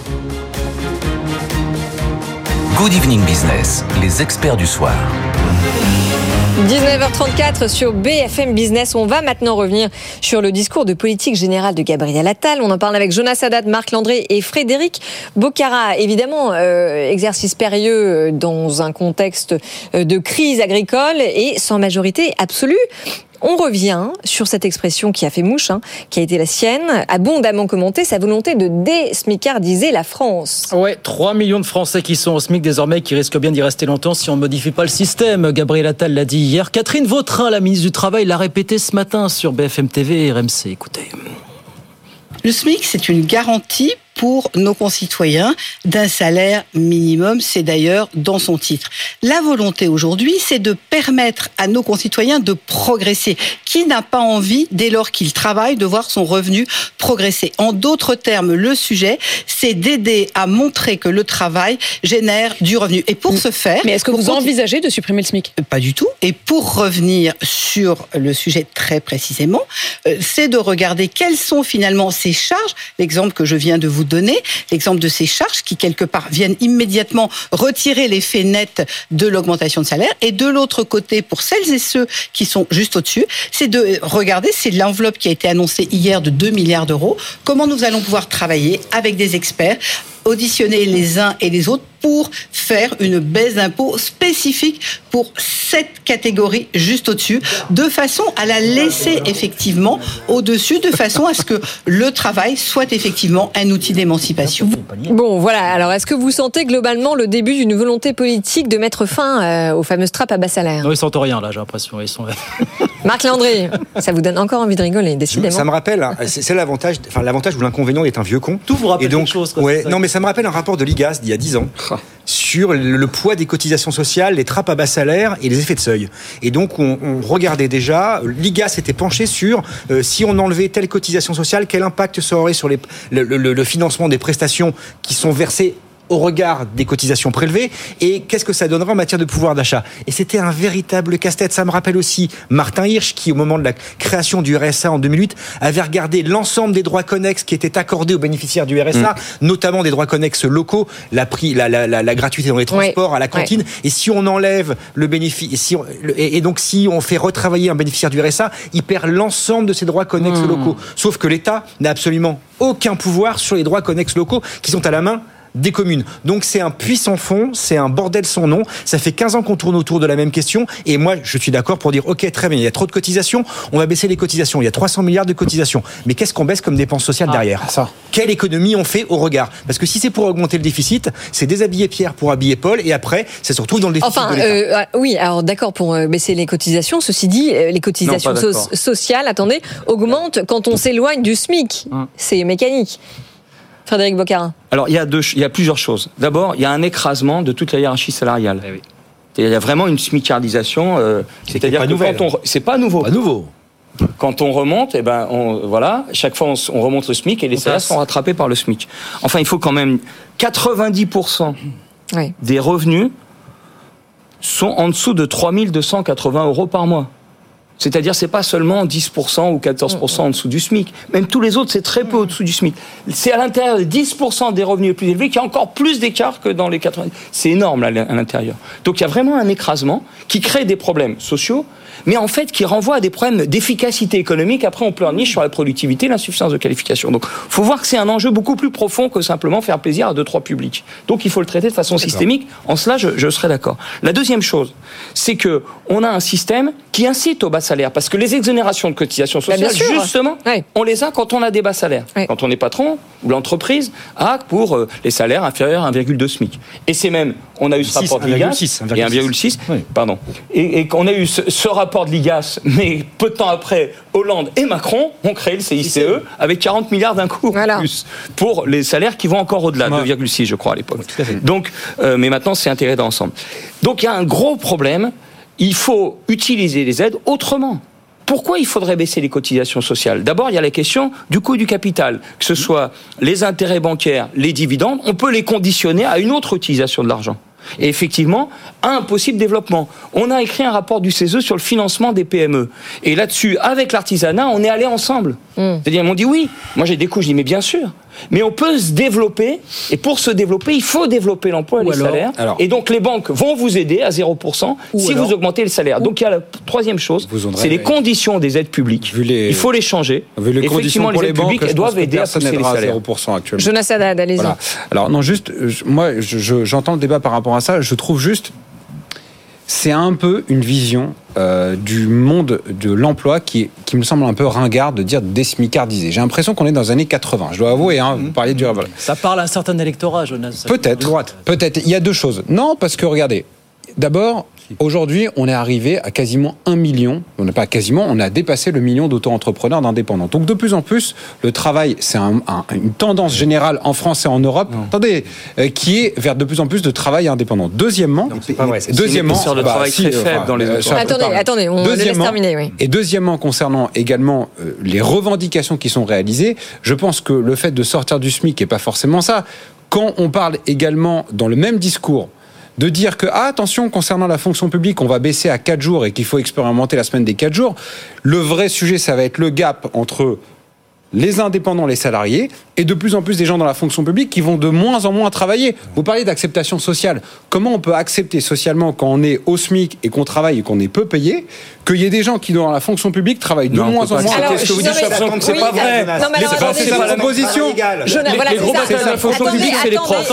A: Good Evening Business, les experts du soir.
F: 19h34 sur BFM Business. On va maintenant revenir sur le discours de politique générale de Gabriel Attal. On en parle avec Jonas Haddad, Marc Landré et Frédéric Bocara. Évidemment, exercice périlleux dans un contexte de crise agricole et sans majorité absolue. On revient sur cette expression qui a fait mouche, qui a été la sienne, abondamment commentée, sa volonté de désmicardiser la France.
E: Ouais, 3 millions de Français qui sont au SMIC désormais, qui risquent bien d'y rester longtemps si on ne modifie pas le système. Gabriel Attal l'a dit hier. Catherine Vautrin, la ministre du Travail, l'a répété ce matin sur BFM TV et RMC. Écoutez.
R: Le SMIC, c'est une garantie pour nos concitoyens d'un salaire minimum, c'est d'ailleurs dans son titre. La volonté aujourd'hui, c'est de permettre à nos concitoyens de progresser. Qui n'a pas envie, dès lors qu'il travaille, de voir son revenu progresser? En d'autres termes, le sujet, c'est d'aider à montrer que le travail génère du revenu. Et pour ce faire...
S: Mais est-ce que vous envisagez de supprimer le SMIC?
R: Pas du tout. Et pour revenir sur le sujet très précisément, c'est de regarder quelles sont finalement ces charges. L'exemple que je viens de vous donner, l'exemple de ces charges qui, quelque part, viennent immédiatement retirer l'effet net de l'augmentation de salaire. Et de l'autre côté, pour celles et ceux qui sont juste au-dessus, c'est de regarder, c'est l'enveloppe qui a été annoncée hier de 2 milliards d'euros, comment nous allons pouvoir travailler avec des experts, auditionner les uns et les autres pour faire une baisse d'impôt spécifique pour cette catégorie juste au-dessus, de façon à la laisser effectivement au-dessus, de façon à ce que le travail soit effectivement un outil d'émancipation.
F: Bon, voilà. Alors, est-ce que vous sentez globalement le début d'une volonté politique de mettre fin aux fameuses trappes à bas salaire?
E: Non, ils sentent rien, là, j'ai l'impression. Ils sont...
F: Marc Landré, ça vous donne encore envie de rigoler, décidément.
N: Ça me rappelle, c'est l'avantage ou l'inconvénient d'être un vieux con.
E: Tout vous rappelle
N: donc,
E: quelque chose. Quoi,
N: ouais, non, mais ça me rappelle un rapport de l'IGAS d'il y a 10 ans sur le poids des cotisations sociales, les trappes à bas salaire et les effets de seuil. Et donc, on regardait déjà, l'IGAS s'était penché sur si on enlevait telle cotisation sociale, quel impact ça aurait sur le financement des prestations qui sont versées au regard des cotisations prélevées, et qu'est-ce que ça donnera en matière de pouvoir d'achat. Et c'était un véritable casse-tête. Ça me rappelle aussi Martin Hirsch, qui, au moment de la création du RSA en 2008, avait regardé l'ensemble des droits connexes qui étaient accordés aux bénéficiaires du RSA, notamment des droits connexes locaux, la gratuité dans les transports, à la cantine. Et si on enlève le bénéfice, donc si on fait retravailler un bénéficiaire du RSA, il perd l'ensemble de ses droits connexes locaux. Sauf que l'État n'a absolument aucun pouvoir sur les droits connexes locaux qui sont à la main des communes. Donc c'est un puits sans fond, c'est un bordel sans nom. Ça fait 15 ans qu'on tourne autour de la même question. Et moi, je suis d'accord pour dire, ok, très bien, il y a trop de cotisations, on va baisser les cotisations. Il y a 300 milliards de cotisations. Mais qu'est-ce qu'on baisse comme dépenses sociales derrière? Quelle économie on fait au regard? Parce que si c'est pour augmenter le déficit, c'est déshabiller Pierre pour habiller Paul, et après, ça se retrouve dans le déficit de l'État.
F: Oui, alors d'accord pour baisser les cotisations. Ceci dit, les cotisations sociales, attendez, augmentent quand on s'éloigne du SMIC. C'est mécanique. Frédéric Bocara.
P: Alors, il y a plusieurs choses. D'abord, il y a un écrasement de toute la hiérarchie salariale. Il y a vraiment une smicardisation. C'est-à-dire que c'est pas nouveau. Pas nouveau. Quand on remonte, chaque fois on remonte le SMIC et les salaires sont rattrapés par le SMIC. Enfin, il faut quand même 90% des revenus sont en dessous de 3 280 € par mois. C'est-à-dire, c'est pas seulement 10% ou 14% en dessous du SMIC. Même tous les autres, c'est très peu au-dessous du SMIC. C'est à l'intérieur des 10% des revenus les plus élevés qu'il y a encore plus d'écart que dans les 90. C'est énorme, là, à l'intérieur. Donc, il y a vraiment un écrasement qui crée des problèmes sociaux, mais en fait, qui renvoie à des problèmes d'efficacité économique. Après, on pleurniche sur la productivité, l'insuffisance de qualification. Donc, faut voir que c'est un enjeu beaucoup plus profond que simplement faire plaisir à 2-3 publics. Donc, il faut le traiter de façon systémique. En cela, je serais d'accord. La deuxième chose, c'est que on a un système qui incite au bas salaires. Parce que les exonérations de cotisations sociales, justement, on les a quand on a des bas salaires. Quand on est patron, l'entreprise a pour les salaires inférieurs à 1,2 SMIC. Et c'est même, on a eu ce rapport de l'IGAS, et 1,6, pardon. Et qu'on a eu ce rapport de l'IGAS, mais peu de temps après, Hollande et Macron ont créé le CICE avec 40 milliards d'un coup plus pour les salaires qui vont encore au-delà, 2,6 je crois à l'époque. Donc, mais maintenant c'est intégré dans l'ensemble. Donc il y a un gros problème, il faut utiliser les aides autrement. Pourquoi il faudrait baisser les cotisations sociales ? D'abord, il y a la question du coût du capital, que ce soit les intérêts bancaires, les dividendes, on peut les conditionner à une autre utilisation de l'argent. Et effectivement, à un possible développement. On a écrit un rapport du CESE sur le financement des PME. Et là-dessus, avec l'artisanat, on est allés ensemble. C'est-à-dire, ils m'ont dit oui. Moi, j'ai des coups, je dis mais bien sûr. Mais on peut se développer. Et pour se développer, il faut développer l'emploi et les salaires. Et donc, les banques vont vous aider à 0% si vous augmentez les salaires. Donc, il y a la troisième chose, c'est les conditions des aides publiques. Il faut les changer. Effectivement, les aides publiques doivent aider à pousser les salaires.
O: 0% actuellement.
F: Jonas Haddad, allez-y.
O: Voilà. Alors, non, juste, moi, j'entends le débat par rapport à ça. Je trouve juste, c'est un peu une vision du monde de l'emploi qui me semble un peu ringarde de dire désmicardiser. J'ai l'impression qu'on est dans les années 80. Je dois avouer, vous parliez du...
E: Ça parle à un certain électorat, Jonas.
O: Peut-être. Il y a deux choses. Non, parce que regardez, d'abord, aujourd'hui, on est arrivé à quasiment 1 million. On n'a pas quasiment, on a dépassé le million d'auto-entrepreneurs, d'indépendants. Donc de plus en plus, le travail, c'est une tendance générale en France et en Europe. Attendez, qui est vers de plus en plus de travail indépendant. Deuxièmement,
P: sur le travail très faible dans les
F: attendez, on le laisse terminer. Oui.
O: Et deuxièmement, concernant également les revendications qui sont réalisées, je pense que le fait de sortir du SMIC n'est pas forcément ça. Quand on parle également dans le même discours de dire que, attention, concernant la fonction publique, on va baisser à 4 jours et qu'il faut expérimenter la semaine des 4 jours, le vrai sujet, ça va être le gap entre les indépendants, les salariés, et de plus en plus des gens dans la fonction publique qui vont de moins en moins travailler. Vous parlez d'acceptation sociale. Comment on peut accepter socialement quand on est au SMIC et qu'on travaille et qu'on est peu payé, qu'il y ait des gens qui dans la fonction publique travaillent de moins en moins?
P: Qu'est-ce que vous dites? C'est pas vrai.
O: C'est la proposition.
P: Les gros batailles de la fonction publique, c'est les profs.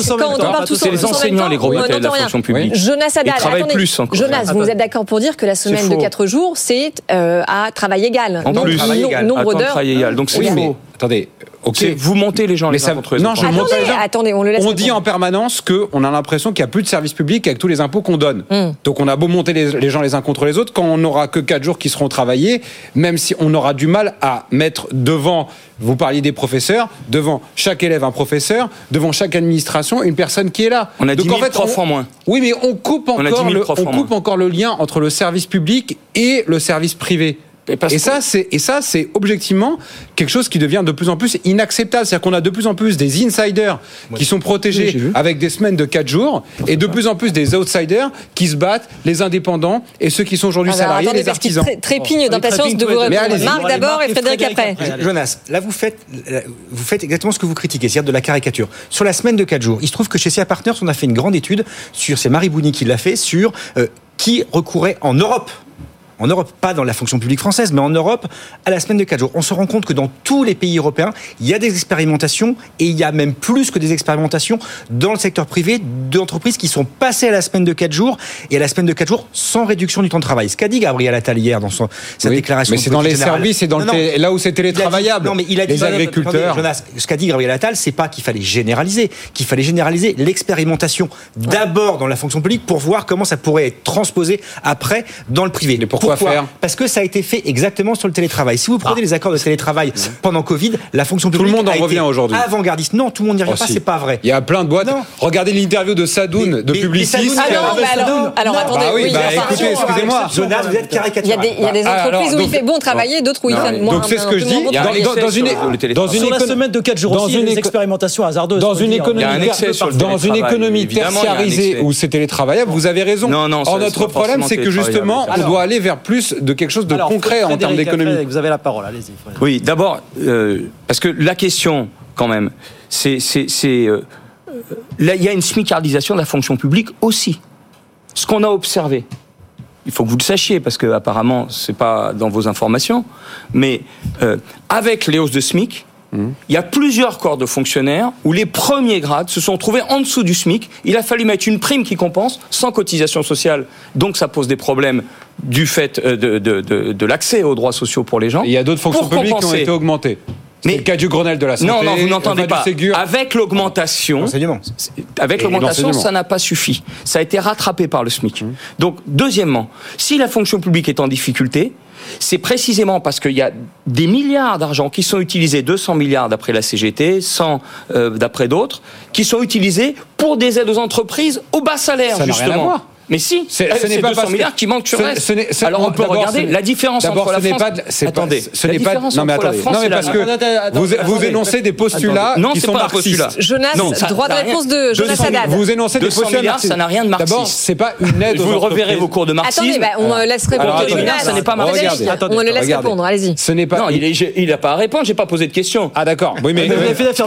P: C'est les enseignants, les gros batailles de la fonction publique.
F: Jonas Haddad,
P: ils travaillent plus encore.
F: Jonas, vous êtes d'accord pour dire que la semaine de 4 jours, c'est à travail égal.
P: En plus,
F: nombre d'heures.
P: Donc c'est faux.
O: Attendez, ok.
P: Vous montez les gens les uns contre les autres.
O: Non, je monte pas les gens.
F: Attendez, on le laisse.
O: On dit en permanence qu'on a l'impression qu'il n'y a plus de service public avec tous les impôts qu'on donne. Donc on a beau monter les gens les uns contre les autres, quand on n'aura que 4 jours qui seront travaillés, même si on aura du mal à mettre devant, vous parliez des professeurs, devant chaque élève un professeur, devant chaque administration une personne qui est là.
P: On a 10 000 profs en moins.
O: Oui, mais on coupe encore le lien entre le service public et le service privé. Et ça, c'est objectivement quelque chose qui devient de plus en plus inacceptable. C'est-à-dire qu'on a de plus en plus des insiders qui sont protégés avec des semaines de 4 jours et de plus en plus des outsiders qui se battent, les indépendants et ceux qui sont aujourd'hui salariés, les artisans.
F: Trépigne d'impatience de vous répondre. Marc d'abord et Frédéric après.
N: Jonas, là vous faites exactement ce que vous critiquez, c'est-à-dire de la caricature. Sur la semaine de 4 jours, il se trouve que chez CA Partners, on a fait une grande étude sur, c'est Marie Bouni qui l'a fait, sur qui recourait en Europe, pas dans la fonction publique française, mais en Europe, à la semaine de 4 jours. On se rend compte que dans tous les pays européens, il y a des expérimentations, et il y a même plus que des expérimentations dans le secteur privé d'entreprises qui sont passées à la semaine de 4 jours, et à la semaine de 4 jours sans réduction du temps de travail. Ce qu'a dit Gabriel Attal hier dans sa déclaration.
O: Mais c'est dans les services et là où c'est télétravaillable.
N: Non, mais il a dit,
O: les agriculteurs.
N: Attendez, Jonas, ce qu'a dit Gabriel Attal, c'est pas qu'il fallait généraliser, l'expérimentation d'abord dans la fonction publique pour voir comment ça pourrait être transposé après dans le privé.
O: Mais pourquoi faire ?
N: Parce que ça a été fait exactement sur le télétravail. Si vous prenez les accords de télétravail pendant Covid, la fonction publique
O: tout le monde en revient aujourd'hui.
N: Avant-gardiste. Non, tout le monde n'y revient pas, c'est pas vrai.
O: Il y a plein de boîtes. Non. Regardez l'interview de Sadoun, de Publicis.
F: Alors attendez,
O: écoutez, excusez-moi.
N: Jonas, vous êtes caricatural.
F: Il y a des entreprises où il fait bon travailler, d'autres où il fait moins.
O: Donc c'est ce que je dis.
E: Sur la semaine de 4 jours aussi, il y a des expérimentations hasardeuses.
O: Dans une économie tertiarisée où c'est télétravaillable, vous avez raison. Or notre problème, c'est que justement, on doit aller vers plus de quelque chose de concret en termes d'économie.
E: Vous avez la parole, allez-y.
P: Oui, d'abord, parce que la question, quand même, là, il y a une smicardisation de la fonction publique aussi. Ce qu'on a observé, il faut que vous le sachiez, parce que apparemment, c'est pas dans vos informations, mais avec les hausses de SMIC, il y a plusieurs corps de fonctionnaires où les premiers grades se sont trouvés en dessous du SMIC. Il a fallu mettre une prime qui compense, sans cotisation sociale. Donc ça pose des problèmes du fait de l'accès aux droits sociaux pour les gens.
O: Et il y a d'autres fonctions publiques qui ont été augmentées. C'est le cas du Grenelle de la santé.
P: Non, vous n'entendez pas. Avec l'augmentation, ça n'a pas suffi. Ça a été rattrapé par le SMIC. Donc, deuxièmement, si la fonction publique est en difficulté, c'est précisément parce qu'il y a des milliards d'argent qui sont utilisés, 200 milliards d'après la CGT, 100 d'après d'autres, qui sont utilisés pour des aides aux entreprises au bas salaire,
O: ça
P: justement.
O: N'a rien à voir.
P: Mais si,
O: ce
P: n'est pas 200 milliards qui manquent sur le reste. Alors on peut regarder la différence entre la France... Attendez,
O: ce n'est pas... Non mais attendez, parce que vous énoncez des postulats qui sont marxistes.
F: Jonas, droit de réponse de Jonas Haddad.
O: Vous énoncez des postulats marxistes.
P: Ça n'a rien de marxiste.
O: D'abord, c'est pas une aide aux entreprises.
P: Vous reverrez vos cours de marxisme.
F: Attendez, on laisse répondre Jonas.
P: Ce n'est pas marxiste.
F: On le laisse répondre, allez-y.
O: Ce n'est pas...
P: Non, il n'a pas à répondre, j'ai pas posé de question.
O: Ah d'accord, oui mais...
F: C'est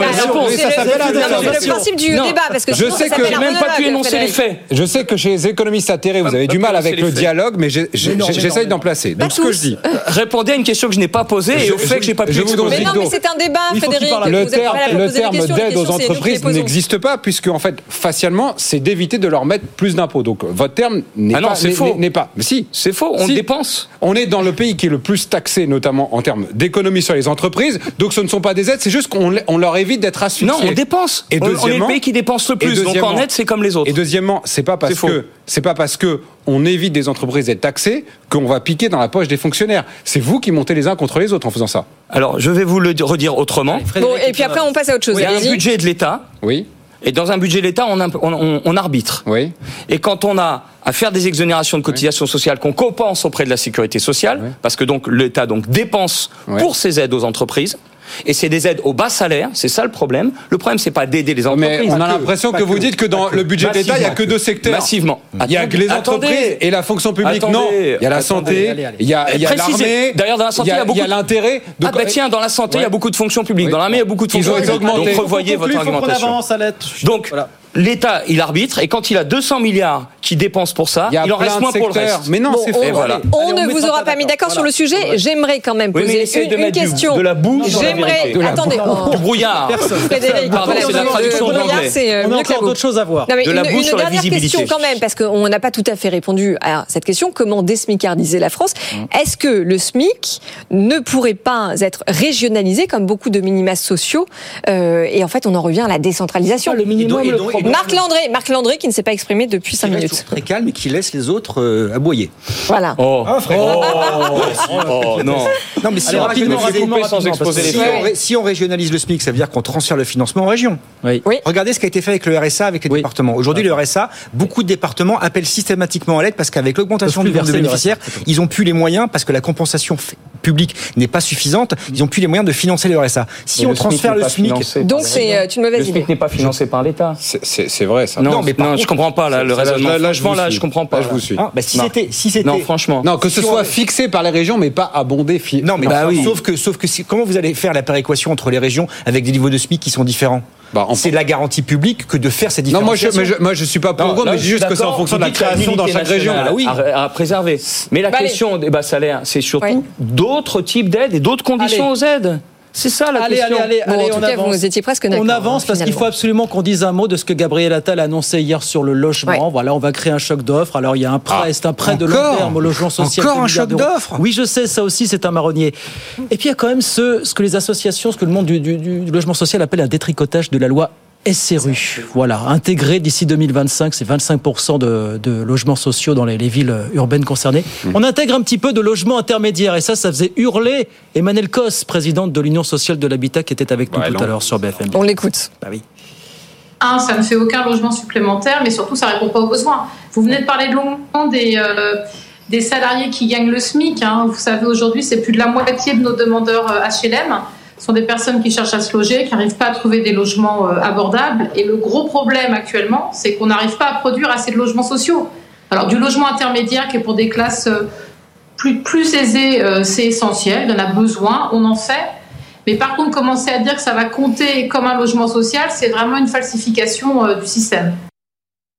F: le principe du débat, parce que sinon ça s'appelle un monologue.
P: Je n'ai même pas pu énoncer les faits.
O: Je sais que chez les économistes atterrés, vous avez du mal avec le dialogue, mais j'essaye d'en placer. Donc ce que je dis...
P: Répondez à une question que je n'ai pas posée et au fait que je n'ai pas pu exposer.
F: Mais non, mais c'est un débat, Frédéric.
O: Le terme d'aide aux entreprises n'existe pas, puisque en fait, facialement, c'est d'éviter de leur mettre plus d'impôts. Donc votre terme n'est pas... Mais si.
P: C'est faux, on dépense.
O: On est dans le pays qui est le plus taxé, notamment en termes d'économie sur les entreprises, donc ce ne sont pas des aides, c'est juste qu'on leur évite d'être asphyxiés.
P: Non, on dépense. On est le pays qui dépense le plus, donc en aide, c'est comme les autres.
O: Et deuxièmement, c'est pas parce que on évite des entreprises d'être taxées qu'on va piquer dans la poche des fonctionnaires. C'est vous qui montez les uns contre les autres en faisant ça.
P: Alors, je vais vous le redire autrement.
F: Bon, et puis après, on passe à autre chose.
P: Il y a un budget de l'État.
O: Oui.
P: Et dans un budget de l'État, on arbitre.
O: Oui.
P: Et quand on a à faire des exonérations de cotisations sociales qu'on compense auprès de la sécurité sociale, parce que donc l'État dépense pour ses aides aux entreprises, et c'est des aides au bas salaire, c'est ça le problème. Le problème, c'est pas d'aider les entreprises.
O: Mais on a l'impression que vous dites que dans le budget de l'État, il n'y a que deux secteurs.
P: Massivement.
O: Il y a que les entreprises et la fonction publique. Non, il y a la santé, il y a l'armée.
P: D'ailleurs, dans la santé, il y a
O: l'intérêt.
P: Ah bah tiens, dans la santé, il y a beaucoup de fonctions publiques. Dans l'armée, il y a beaucoup de fonctions publiques. Donc revoyez votre argumentation. Donc l'État, il arbitre, et quand il a 200 milliards qui dépensent pour ça, il en reste moins pour le reste.
O: Mais non, c'est fait.
P: Voilà.
F: On ne vous aura pas mis d'accord sur le sujet. J'aimerais quand même poser une question.
P: De la boue,
F: attendez,
P: du brouillard.
F: Frédéric,
P: pardon, c'est la traduction de l'anglais.
E: On a encore d'autres choses à voir.
F: Une dernière question quand même, parce qu'on n'a pas tout à fait répondu à cette question. Comment désmicardiser la France? Est-ce que le SMIC ne pourrait pas être régionalisé comme beaucoup de minima sociaux et en fait, on en revient à la décentralisation.
N: Le minimum,
F: Marc Landré qui ne s'est pas exprimé depuis 5 minutes.
N: Très calme et qui laisse les autres aboyer.
F: Voilà.
P: Non.
N: Non, mais si on régionalise le SMIC, ça veut dire qu'on transfère le financement en région.
E: Oui.
N: Regardez ce qui a été fait avec le RSA, avec les départements. Aujourd'hui, le RSA, beaucoup de départements appellent systématiquement à l'aide parce qu'avec l'augmentation du nombre de bénéficiaires, ils n'ont plus les moyens, parce que la compensation publique n'est pas suffisante, ils n'ont plus les moyens de financer le RSA. Si on transfère le SMIC...
F: Donc c'est une mauvaise idée.
P: Le SMIC n'est pas financé par l'État.
O: C'est vrai, ça.
P: Non, je comprends pas le raisonnement.
O: Là,
P: je comprends pas.
O: Je vous suis.
N: Si c'était...
P: Non, franchement.
O: Non, que ce soit fixé par les régions, mais pas abondé.
N: Non, mais sauf que comment vous allez faire la péréquation entre les régions avec des niveaux de SMIC qui sont différents? C'est de la garantie publique que de faire ces différenciations.
O: Non, moi je suis pas pour mais juste que c'est en fonction de la création dans chaque région.
P: À préserver. Mais la question des bas salaires, c'est surtout d'autres types d'aides et d'autres conditions aux aides. C'est ça la question.
F: Allez, en tout cas, vous étiez presque d'accord.
E: On avance parce qu'il faut absolument qu'on dise un mot de ce que Gabriel Attal a annoncé hier sur le logement. Voilà, on va créer un choc d'offres. Alors il y a un prêt, c'est un prêt de long terme au logement social.
N: Encore un choc d'offres.
E: Oui, je sais, ça aussi c'est un marronnier. Et puis il y a quand même ce que les associations, ce que le monde du logement social appelle un détricotage de la loi SRU. Voilà, intégré d'ici 2025, c'est 25% de logements sociaux dans les villes urbaines concernées. On intègre un petit peu de logements intermédiaires et ça faisait hurler Emmanuelle Cos, présidente de l'Union sociale de l'habitat, qui était avec nous tout à l'heure sur BFM.
F: On l'écoute.
E: Bah oui.
T: Ça ne fait aucun logement supplémentaire, mais surtout ça ne répond pas aux besoins. Vous venez de parler longuement des salariés qui gagnent le SMIC. Vous savez, aujourd'hui, c'est plus de la moitié de nos demandeurs HLM. Ce sont des personnes qui cherchent à se loger, qui n'arrivent pas à trouver des logements abordables. Et le gros problème actuellement, c'est qu'on n'arrive pas à produire assez de logements sociaux. Alors du logement intermédiaire qui est pour des classes plus aisées, c'est essentiel, il y en a besoin, on en fait. Mais par contre, commencer à dire que ça va compter comme un logement social, c'est vraiment une falsification du système.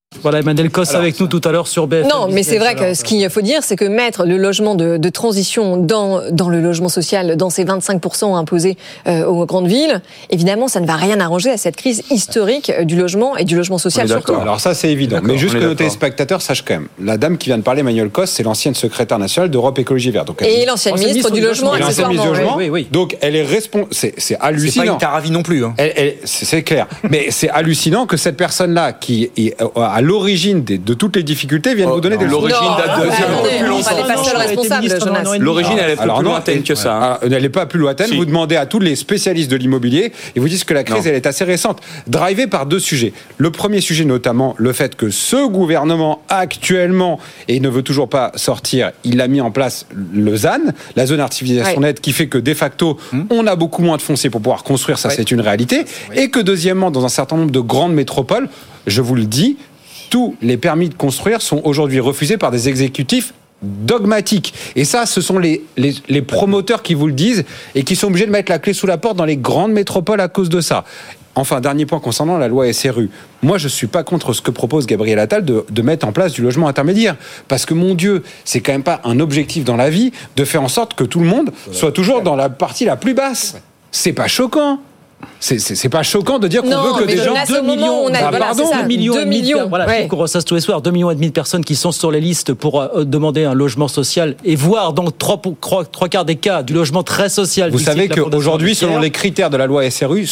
E: Voilà, Emmanuel Cos avec nous tout à l'heure sur BFM.
F: Non, mais c'est vrai que ce qu'il faut dire, c'est que mettre le logement de transition dans le logement social, dans ces 25% imposés aux grandes villes, évidemment, ça ne va rien arranger à cette crise historique du logement et du logement social surtout.
O: Alors ça, c'est évident. Mais juste que nos téléspectateurs sachent quand même, la dame qui vient de parler, Emmanuel Cos, c'est l'ancienne secrétaire nationale d'Europe Écologie Verte. Donc,
F: et l'ancienne ministre du Logement, accessoirement.
O: Oui. Donc elle est responsable. C'est hallucinant.
N: C'est pas une Taravi non plus. Hein.
O: C'est clair. Mais c'est hallucinant que cette personne-là, qui est à l'origine de toutes les difficultés, vienne vous donner des leçons.
K: L'origine date de
F: elle n'est pas seule responsable, Jonas.
K: L'origine, elle est plus lointaine que ça.
O: Elle n'est pas plus lointaine. Si. Vous demandez à tous les spécialistes de l'immobilier, ils vous disent que la crise, elle est assez récente. Drivée par deux sujets. Le premier sujet, notamment, le fait que ce gouvernement, actuellement, et il ne veut toujours pas sortir, il a mis en place le ZAN, la zone d'artificialisation nette, qui fait que, de facto, on a beaucoup moins de foncier pour pouvoir construire, ça c'est une réalité. Et que, deuxièmement, dans un certain nombre de grandes métropoles, je vous le dis, tous les permis de construire sont aujourd'hui refusés par des exécutifs dogmatiques. Et ça, ce sont les promoteurs qui vous le disent et qui sont obligés de mettre la clé sous la porte dans les grandes métropoles à cause de ça. Enfin, dernier point concernant la loi SRU. Moi, je ne suis pas contre ce que propose Gabriel Attal de mettre en place du logement intermédiaire. Parce que, mon Dieu, c'est quand même pas un objectif dans la vie de faire en sorte que tout le monde soit toujours dans la partie la plus basse. C'est pas choquant. C'est pas choquant de dire qu'on veut que des gens...
E: 2 millions,
F: pardon,
E: 2 millions. Voilà, qu'on ressasse tous les soirs. 2,5 millions de personnes qui sont sur les listes pour demander un logement social et voir dans 3 quarts des cas du logement très social.
O: Vous savez qu'aujourd'hui, selon les critères de la loi SRU,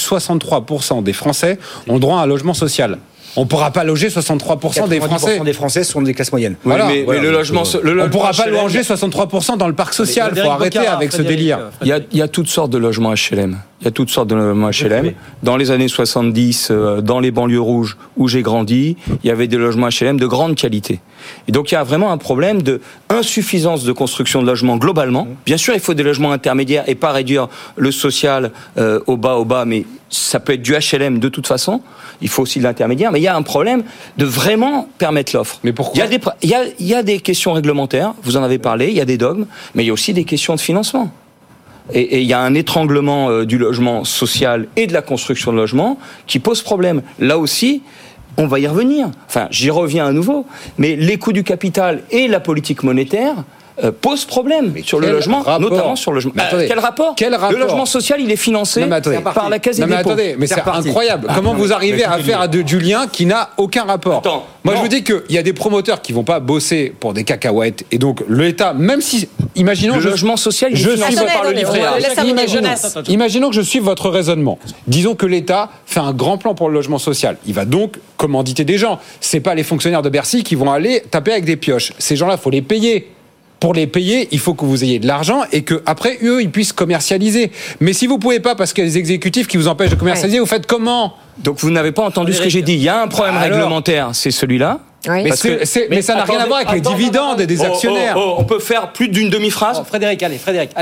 O: 63% des Français ont droit à un logement social. On ne pourra pas loger 63% des Français.
N: 90% des Français sont des classes moyennes.
K: Voilà. Mais le logement...
O: on ne pourra pas loger 63% dans le parc social. Il faut arrêter avec ce délire.
P: Il y a toutes sortes de logements HLM. Il y a toutes sortes de logements HLM. Dans les années 70, dans les banlieues rouges où j'ai grandi, il y avait des logements HLM de grande qualité. Et donc il y a vraiment un problème de insuffisance de construction de logements globalement. Bien sûr, il faut des logements intermédiaires et pas réduire le social au bas, mais ça peut être du HLM de toute façon. Il faut aussi de l'intermédiaire, mais il y a un problème de vraiment permettre l'offre.
O: Mais pourquoi ?
P: Il y a des questions réglementaires, vous en avez parlé, il y a des dogmes, mais il y a aussi des questions de financement. Et il y a un étranglement du logement social et de la construction de logements qui pose problème. Là aussi, on va y revenir. Enfin, j'y reviens à nouveau. Mais les coûts du capital et la politique monétaire posent problème sur le logement, notamment sur le logement. Quel rapport ? Le logement social, il est financé par la Caisse des dépôts.
O: Mais c'est incroyable. Comment vous arrivez à faire du lien qui n'a aucun rapport ? Moi, je vous dis qu'il y a des promoteurs qui vont pas bosser pour des cacahuètes. Et donc, l'État, même si... Imaginons
P: le logement social, il est financé par le livret A.
O: Imaginons que je suive votre raisonnement. Disons que l'État fait un grand plan pour le logement social. Il va donc commanditer des gens. C'est pas les fonctionnaires de Bercy qui vont aller taper avec des pioches. Ces gens-là, faut les payer. Pour les payer, il faut que vous ayez de l'argent et que après eux, ils puissent commercialiser. Mais si vous pouvez pas parce qu'il y a des exécutifs qui vous empêchent de commercialiser, vous faites comment ?
P: Donc vous n'avez pas entendu ce que j'ai dit. Il y a un problème réglementaire, c'est celui-là.
F: Oui.
O: Mais ça n'a rien à voir avec les dividendes et des actionnaires.
P: On peut faire plus d'une demi-phrase.
E: Frédéric, allez.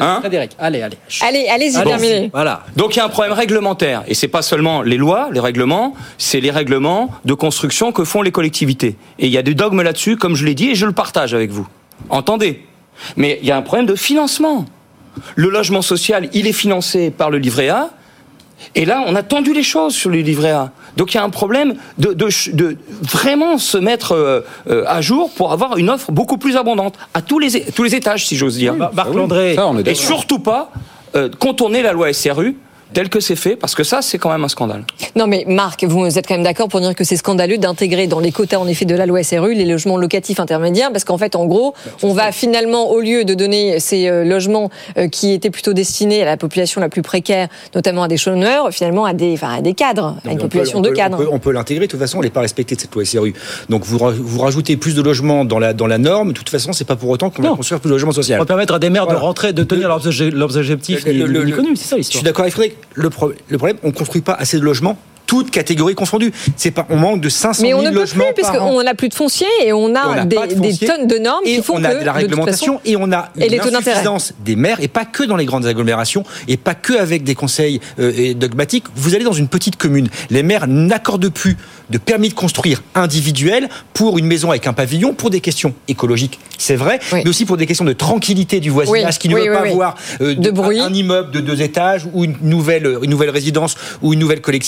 F: Allez-y, terminez.
P: Voilà. Donc il y a un problème réglementaire. Et c'est pas seulement les lois, les règlements, c'est les règlements de construction que font les collectivités. Et il y a des dogmes là-dessus, comme je l'ai dit, et je le partage avec vous. Entendez. Mais il y a un problème de financement. Le logement social, il est financé par le livret A. Et là, on a tendu les choses sur le livret A. Donc il y a un problème de vraiment se mettre à jour pour avoir une offre beaucoup plus abondante à tous les étages, si j'ose dire.
E: Marc Landré.
P: Et surtout pas contourner la loi SRU tel que c'est fait, parce que ça, c'est quand même un scandale.
F: Non, mais Marc, vous êtes quand même d'accord pour dire que c'est scandaleux d'intégrer dans les quotas, en effet, de la loi SRU, les logements locatifs intermédiaires, parce qu'en fait, en gros, on va finalement, au lieu de donner ces logements qui étaient plutôt destinés à la population la plus précaire, notamment à des chômeurs, finalement à des cadres, à une population de cadres.
N: On peut l'intégrer, de toute façon, elle n'est pas respectée de cette loi SRU. Donc vous rajoutez plus de logements dans la norme, de toute façon, c'est pas pour autant qu'on va construire plus de logements sociaux.
E: On va permettre à des maires de rentrer, de tenir leurs objectifs connus, c'est ça l'histoire.
N: Je suis d'accord avec Frédéric. Le problème, on ne construit pas assez de logements, toutes catégories confondues. On manque de 500 000 logements par an. Mais on ne peut plus, puisqu'on
F: n'a plus de foncier et on a des tonnes de normes qui font que...
N: on a de la réglementation et on a une insuffisance des maires, et pas que dans les grandes agglomérations, et pas que avec des conseils dogmatiques. Vous allez dans une petite commune, les maires n'accordent plus de permis de construire individuel pour une maison avec un pavillon, pour des questions écologiques, c'est vrai, mais aussi pour des questions de tranquillité du voisinage, qui ne veut pas avoir
F: de bruit,
N: un immeuble de 2 étages ou une nouvelle résidence ou une nouvelle collectivité.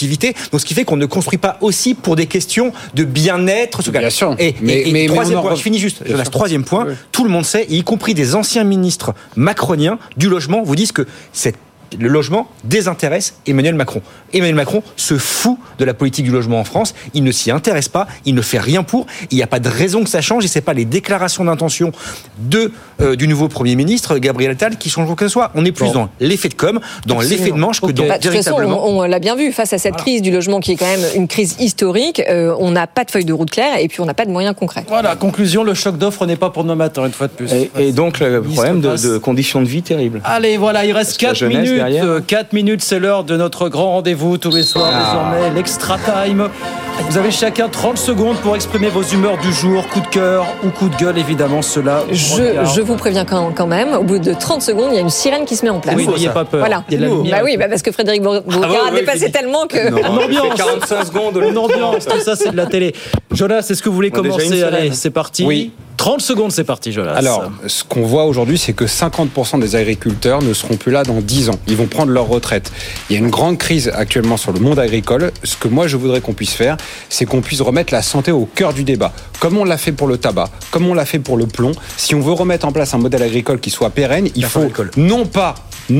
N: Donc ce qui fait qu'on ne construit pas aussi pour des questions de bien-être.
O: Bien sûr.
N: Et troisième point, je finis juste. Troisième point, tout le monde sait, y compris des anciens ministres macroniens du logement, vous disent que le logement désintéresse Emmanuel Macron. Emmanuel Macron se fout de la politique du logement en France. Il ne s'y intéresse pas. Il ne fait rien pour. Il n'y a pas de raison que ça change. Et c'est pas les déclarations d'intention du nouveau Premier ministre, Gabriel Attal, qui changeront que ce soit. On est plus dans l'effet de com, dans l'effet de manche que dans véritablement.
F: De toute façon, on l'a bien vu. Face à cette crise du logement qui est quand même une crise historique, on n'a pas de feuille de route claire et puis on n'a pas de moyens concrets.
E: Voilà, conclusion, le choc d'offre n'est pas pour demain matin, une fois de plus.
P: Et donc, le problème de conditions de vie terribles.
E: Allez, voilà, il reste 4 minutes. 4 minutes, c'est l'heure de notre grand rendez-vous tous les soirs désormais, l'Extra Time. Vous avez chacun 30 secondes pour exprimer vos humeurs du jour, coup de cœur ou coup de gueule, évidemment, cela.
F: Je vous préviens quand même, au bout de 30 secondes, il y a une sirène qui se met en place.
E: Oui, n'ayez pas peur.
F: Voilà.
E: Il y a de la lumière.
F: Parce que Frédéric Beaucard a dépassé tellement que...
E: En ambiance.
P: 45 secondes.
E: Une ambiance, tout ça, c'est de la télé. Jonas, est-ce que vous voulez commencer? Allez, c'est parti.
O: Oui.
E: 30 secondes, c'est parti, Jonas.
O: Alors, ce qu'on voit aujourd'hui, c'est que 50% des agriculteurs ne seront plus là dans 10 ans. Ils vont prendre leur retraite. Il y a une grande crise actuellement sur le monde agricole. Ce que moi, je voudrais qu'on puisse faire, c'est qu'on puisse remettre la santé au cœur du débat. Comme on l'a fait pour le tabac, comme on l'a fait pour le plomb. Si on veut remettre en place un modèle agricole qui soit pérenne, il faut non pas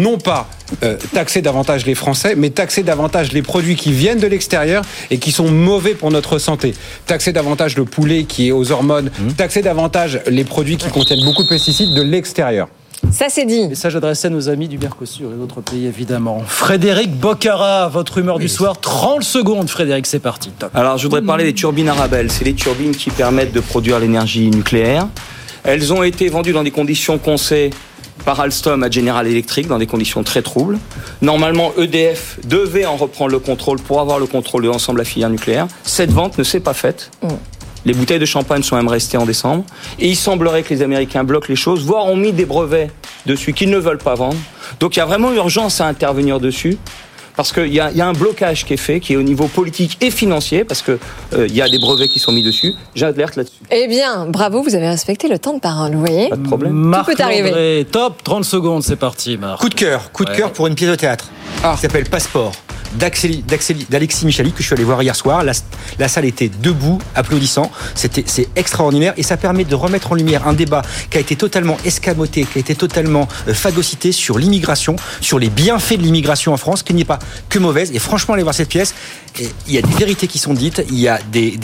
O: taxer davantage les Français, mais taxer davantage les produits qui viennent de l'extérieur et qui sont mauvais pour notre santé. Taxer davantage le poulet qui est aux hormones, taxer davantage les produits qui contiennent beaucoup de pesticides de l'extérieur.
F: Ça, c'est dit.
E: Message adressé à nos amis du Mercosur et d'autres pays, évidemment. Frédéric Bocara, votre humeur du soir. 30 secondes, Frédéric, c'est parti. Top.
P: Alors, je voudrais parler des turbines Arabelle. C'est les turbines qui permettent de produire l'énergie nucléaire. Elles ont été vendues dans des conditions qu'on sait par Alstom à General Electric, dans des conditions très troubles. Normalement, EDF devait en reprendre le contrôle pour avoir le contrôle de l'ensemble de la filière nucléaire. Cette vente ne s'est pas faite. Les bouteilles de champagne sont même restées en décembre. Et il semblerait que les Américains bloquent les choses, voire ont mis des brevets dessus qu'ils ne veulent pas vendre. Donc il y a vraiment urgence à intervenir dessus. Parce qu'il y a un blocage qui est fait, qui est au niveau politique et financier, parce que il y a des brevets qui sont mis dessus. J'alerte là-dessus.
F: Eh bien, bravo, vous avez respecté le temps de parole, vous voyez.
P: Pas de problème.
E: Marc
F: Tout peut arriver.
E: Landré, top, 30 secondes, c'est parti, Marc.
N: Coup de cœur pour une pièce de théâtre qui s'appelle Passeport, d'Alexis Michali, que je suis allé voir hier soir. La salle était debout, applaudissant. C'est extraordinaire et ça permet de remettre en lumière un débat qui a été totalement escamoté, qui a été totalement phagocyté sur l'immigration, sur les bienfaits de l'immigration en France, qui n'est pas que mauvaise. Et franchement, allez voir cette pièce. Il y a des vérités qui sont dites, il y a des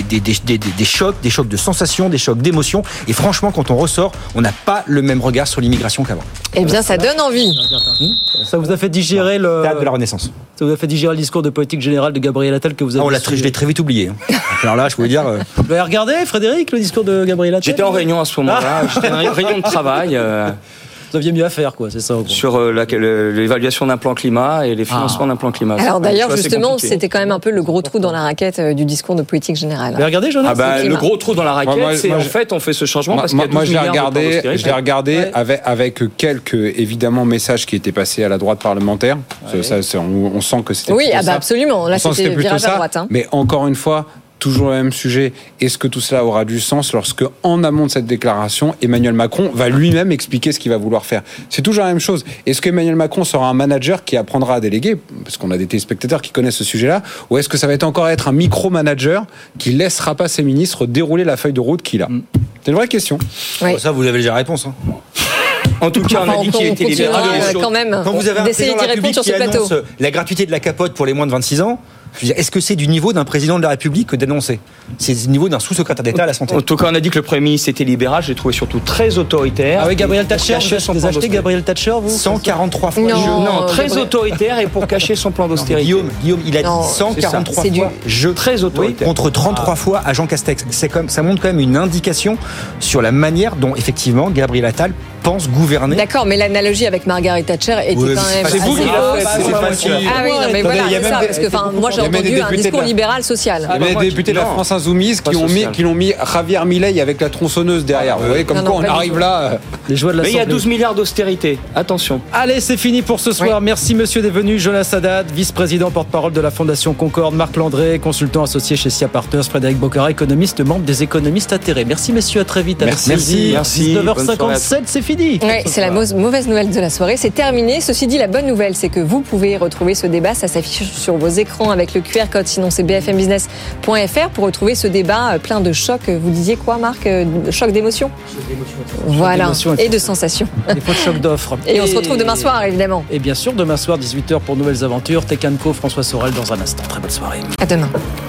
N: chocs de sensations, des chocs d'émotions. Et franchement, quand on ressort, on n'a pas le même regard sur l'immigration qu'avant.
F: Eh bien, ça donne envie.
E: Ça vous a fait digérer le
N: théâtre de la Renaissance.
E: Ça vous a fait digérer le discours de politique générale de Gabriel Attal que vous avez.
N: Je l'ai très vite oublié. Alors là, je voulais dire.
E: Vous avez regardé, Frédéric, le discours de Gabriel Attal?
P: J'étais en réunion à ce moment-là. J'étais en réunion de travail.
E: Vous aviez mieux à faire, quoi, c'est ça.
P: Sur l'évaluation d'un plan climat et les financements d'un plan climat.
F: Alors d'ailleurs, justement, c'était quand même un peu le gros trou dans la raquette du discours de politique générale.
E: Vous avez regardé, Jonas?
P: Le gros trou dans la raquette, c'est en fait, on fait ce changement parce qu'il y a 12 milliards
O: je l'ai regardé avec quelques, évidemment, messages qui étaient passés à la droite parlementaire.
F: Ouais.
O: On sent que c'était
F: plutôt ça. Absolument. Là, c'était virage à droite.
O: Mais encore une fois, toujours le même sujet. Est-ce que tout cela aura du sens lorsque, en amont de cette déclaration, Emmanuel Macron va lui-même expliquer ce qu'il va vouloir faire? C'est toujours la même chose. Est-ce qu'Emmanuel Macron sera un manager qui apprendra à déléguer, parce qu'on a des téléspectateurs qui connaissent ce sujet-là, ou est-ce que ça va encore être un micro-manager qui laissera pas ses ministres dérouler la feuille de route qu'il a? C'est une vraie question.
N: Oui. Ça, vous avez déjà la réponse.
P: En tout cas, on a dit qu'il était libéral.
F: Quand même,
N: quand vous avez un président de la République qui annonce la gratuité de la capote pour les moins de 26 ans, je veux dire, est-ce que c'est du niveau d'un président de la République que d'annoncer? C'est du niveau d'un sous-secrétaire d'État à la santé.
P: En tout cas, on a dit que le Premier ministre était libéral. Je l'ai trouvé surtout très autoritaire.
E: Ah oui, Gabriel Thatcher, vous avez acheté Gabriel Thatcher, vous?
N: 143 fois.
P: Non, très autoritaire et pour cacher son plan d'austérité.
N: Guillaume, il a dit 143 fois.
P: Très autoritaire.
N: Contre 33 fois à Jean Castex. Ça montre quand même une indication sur la manière dont, effectivement, Gabriel Attal pense gouverner.
F: D'accord, mais l'analogie avec Margaret Thatcher était quand même.
P: C'est vous qui l'avez fait, c'est pas facile.
F: Ah oui, non, mais voilà, c'est ça, parce que moi j'ai entendu un discours libéral social.
O: Il y a des députés de la France Insoumise qui l'ont mis Javier Milei avec la tronçonneuse derrière. Vous voyez, comme quoi on arrive là.
E: Les joies de
P: mais il y a 12 milliards d'austérité. Attention.
E: Allez, c'est fini pour ce soir. Merci, monsieur d'être venu. Jonas Haddad, vice-président porte-parole de la Fondation Concorde. Marc Landré, consultant associé chez SIA Partners. Frédéric Bocara, économiste, membre des économistes atterrés. Merci, messieurs. À très vite.
P: Merci.
E: 19h57, c'est fini. midi.
F: Ouais, c'est la mauvaise nouvelle de la soirée. C'est terminé. Ceci dit, la bonne nouvelle, c'est que vous pouvez retrouver ce débat. Ça s'affiche sur vos écrans avec le QR code. Sinon, c'est bfmbusiness.fr pour retrouver ce débat plein de chocs. Vous disiez quoi, Marc? Choc d'émotions. Voilà. Et de sensations.
E: Des fois de choc d'offres.
F: Et on se retrouve demain soir, évidemment.
E: Et bien sûr, demain soir, 18h pour Nouvelles Aventures. Tech & Co, François Sorel dans un instant. Très bonne soirée.
F: À demain.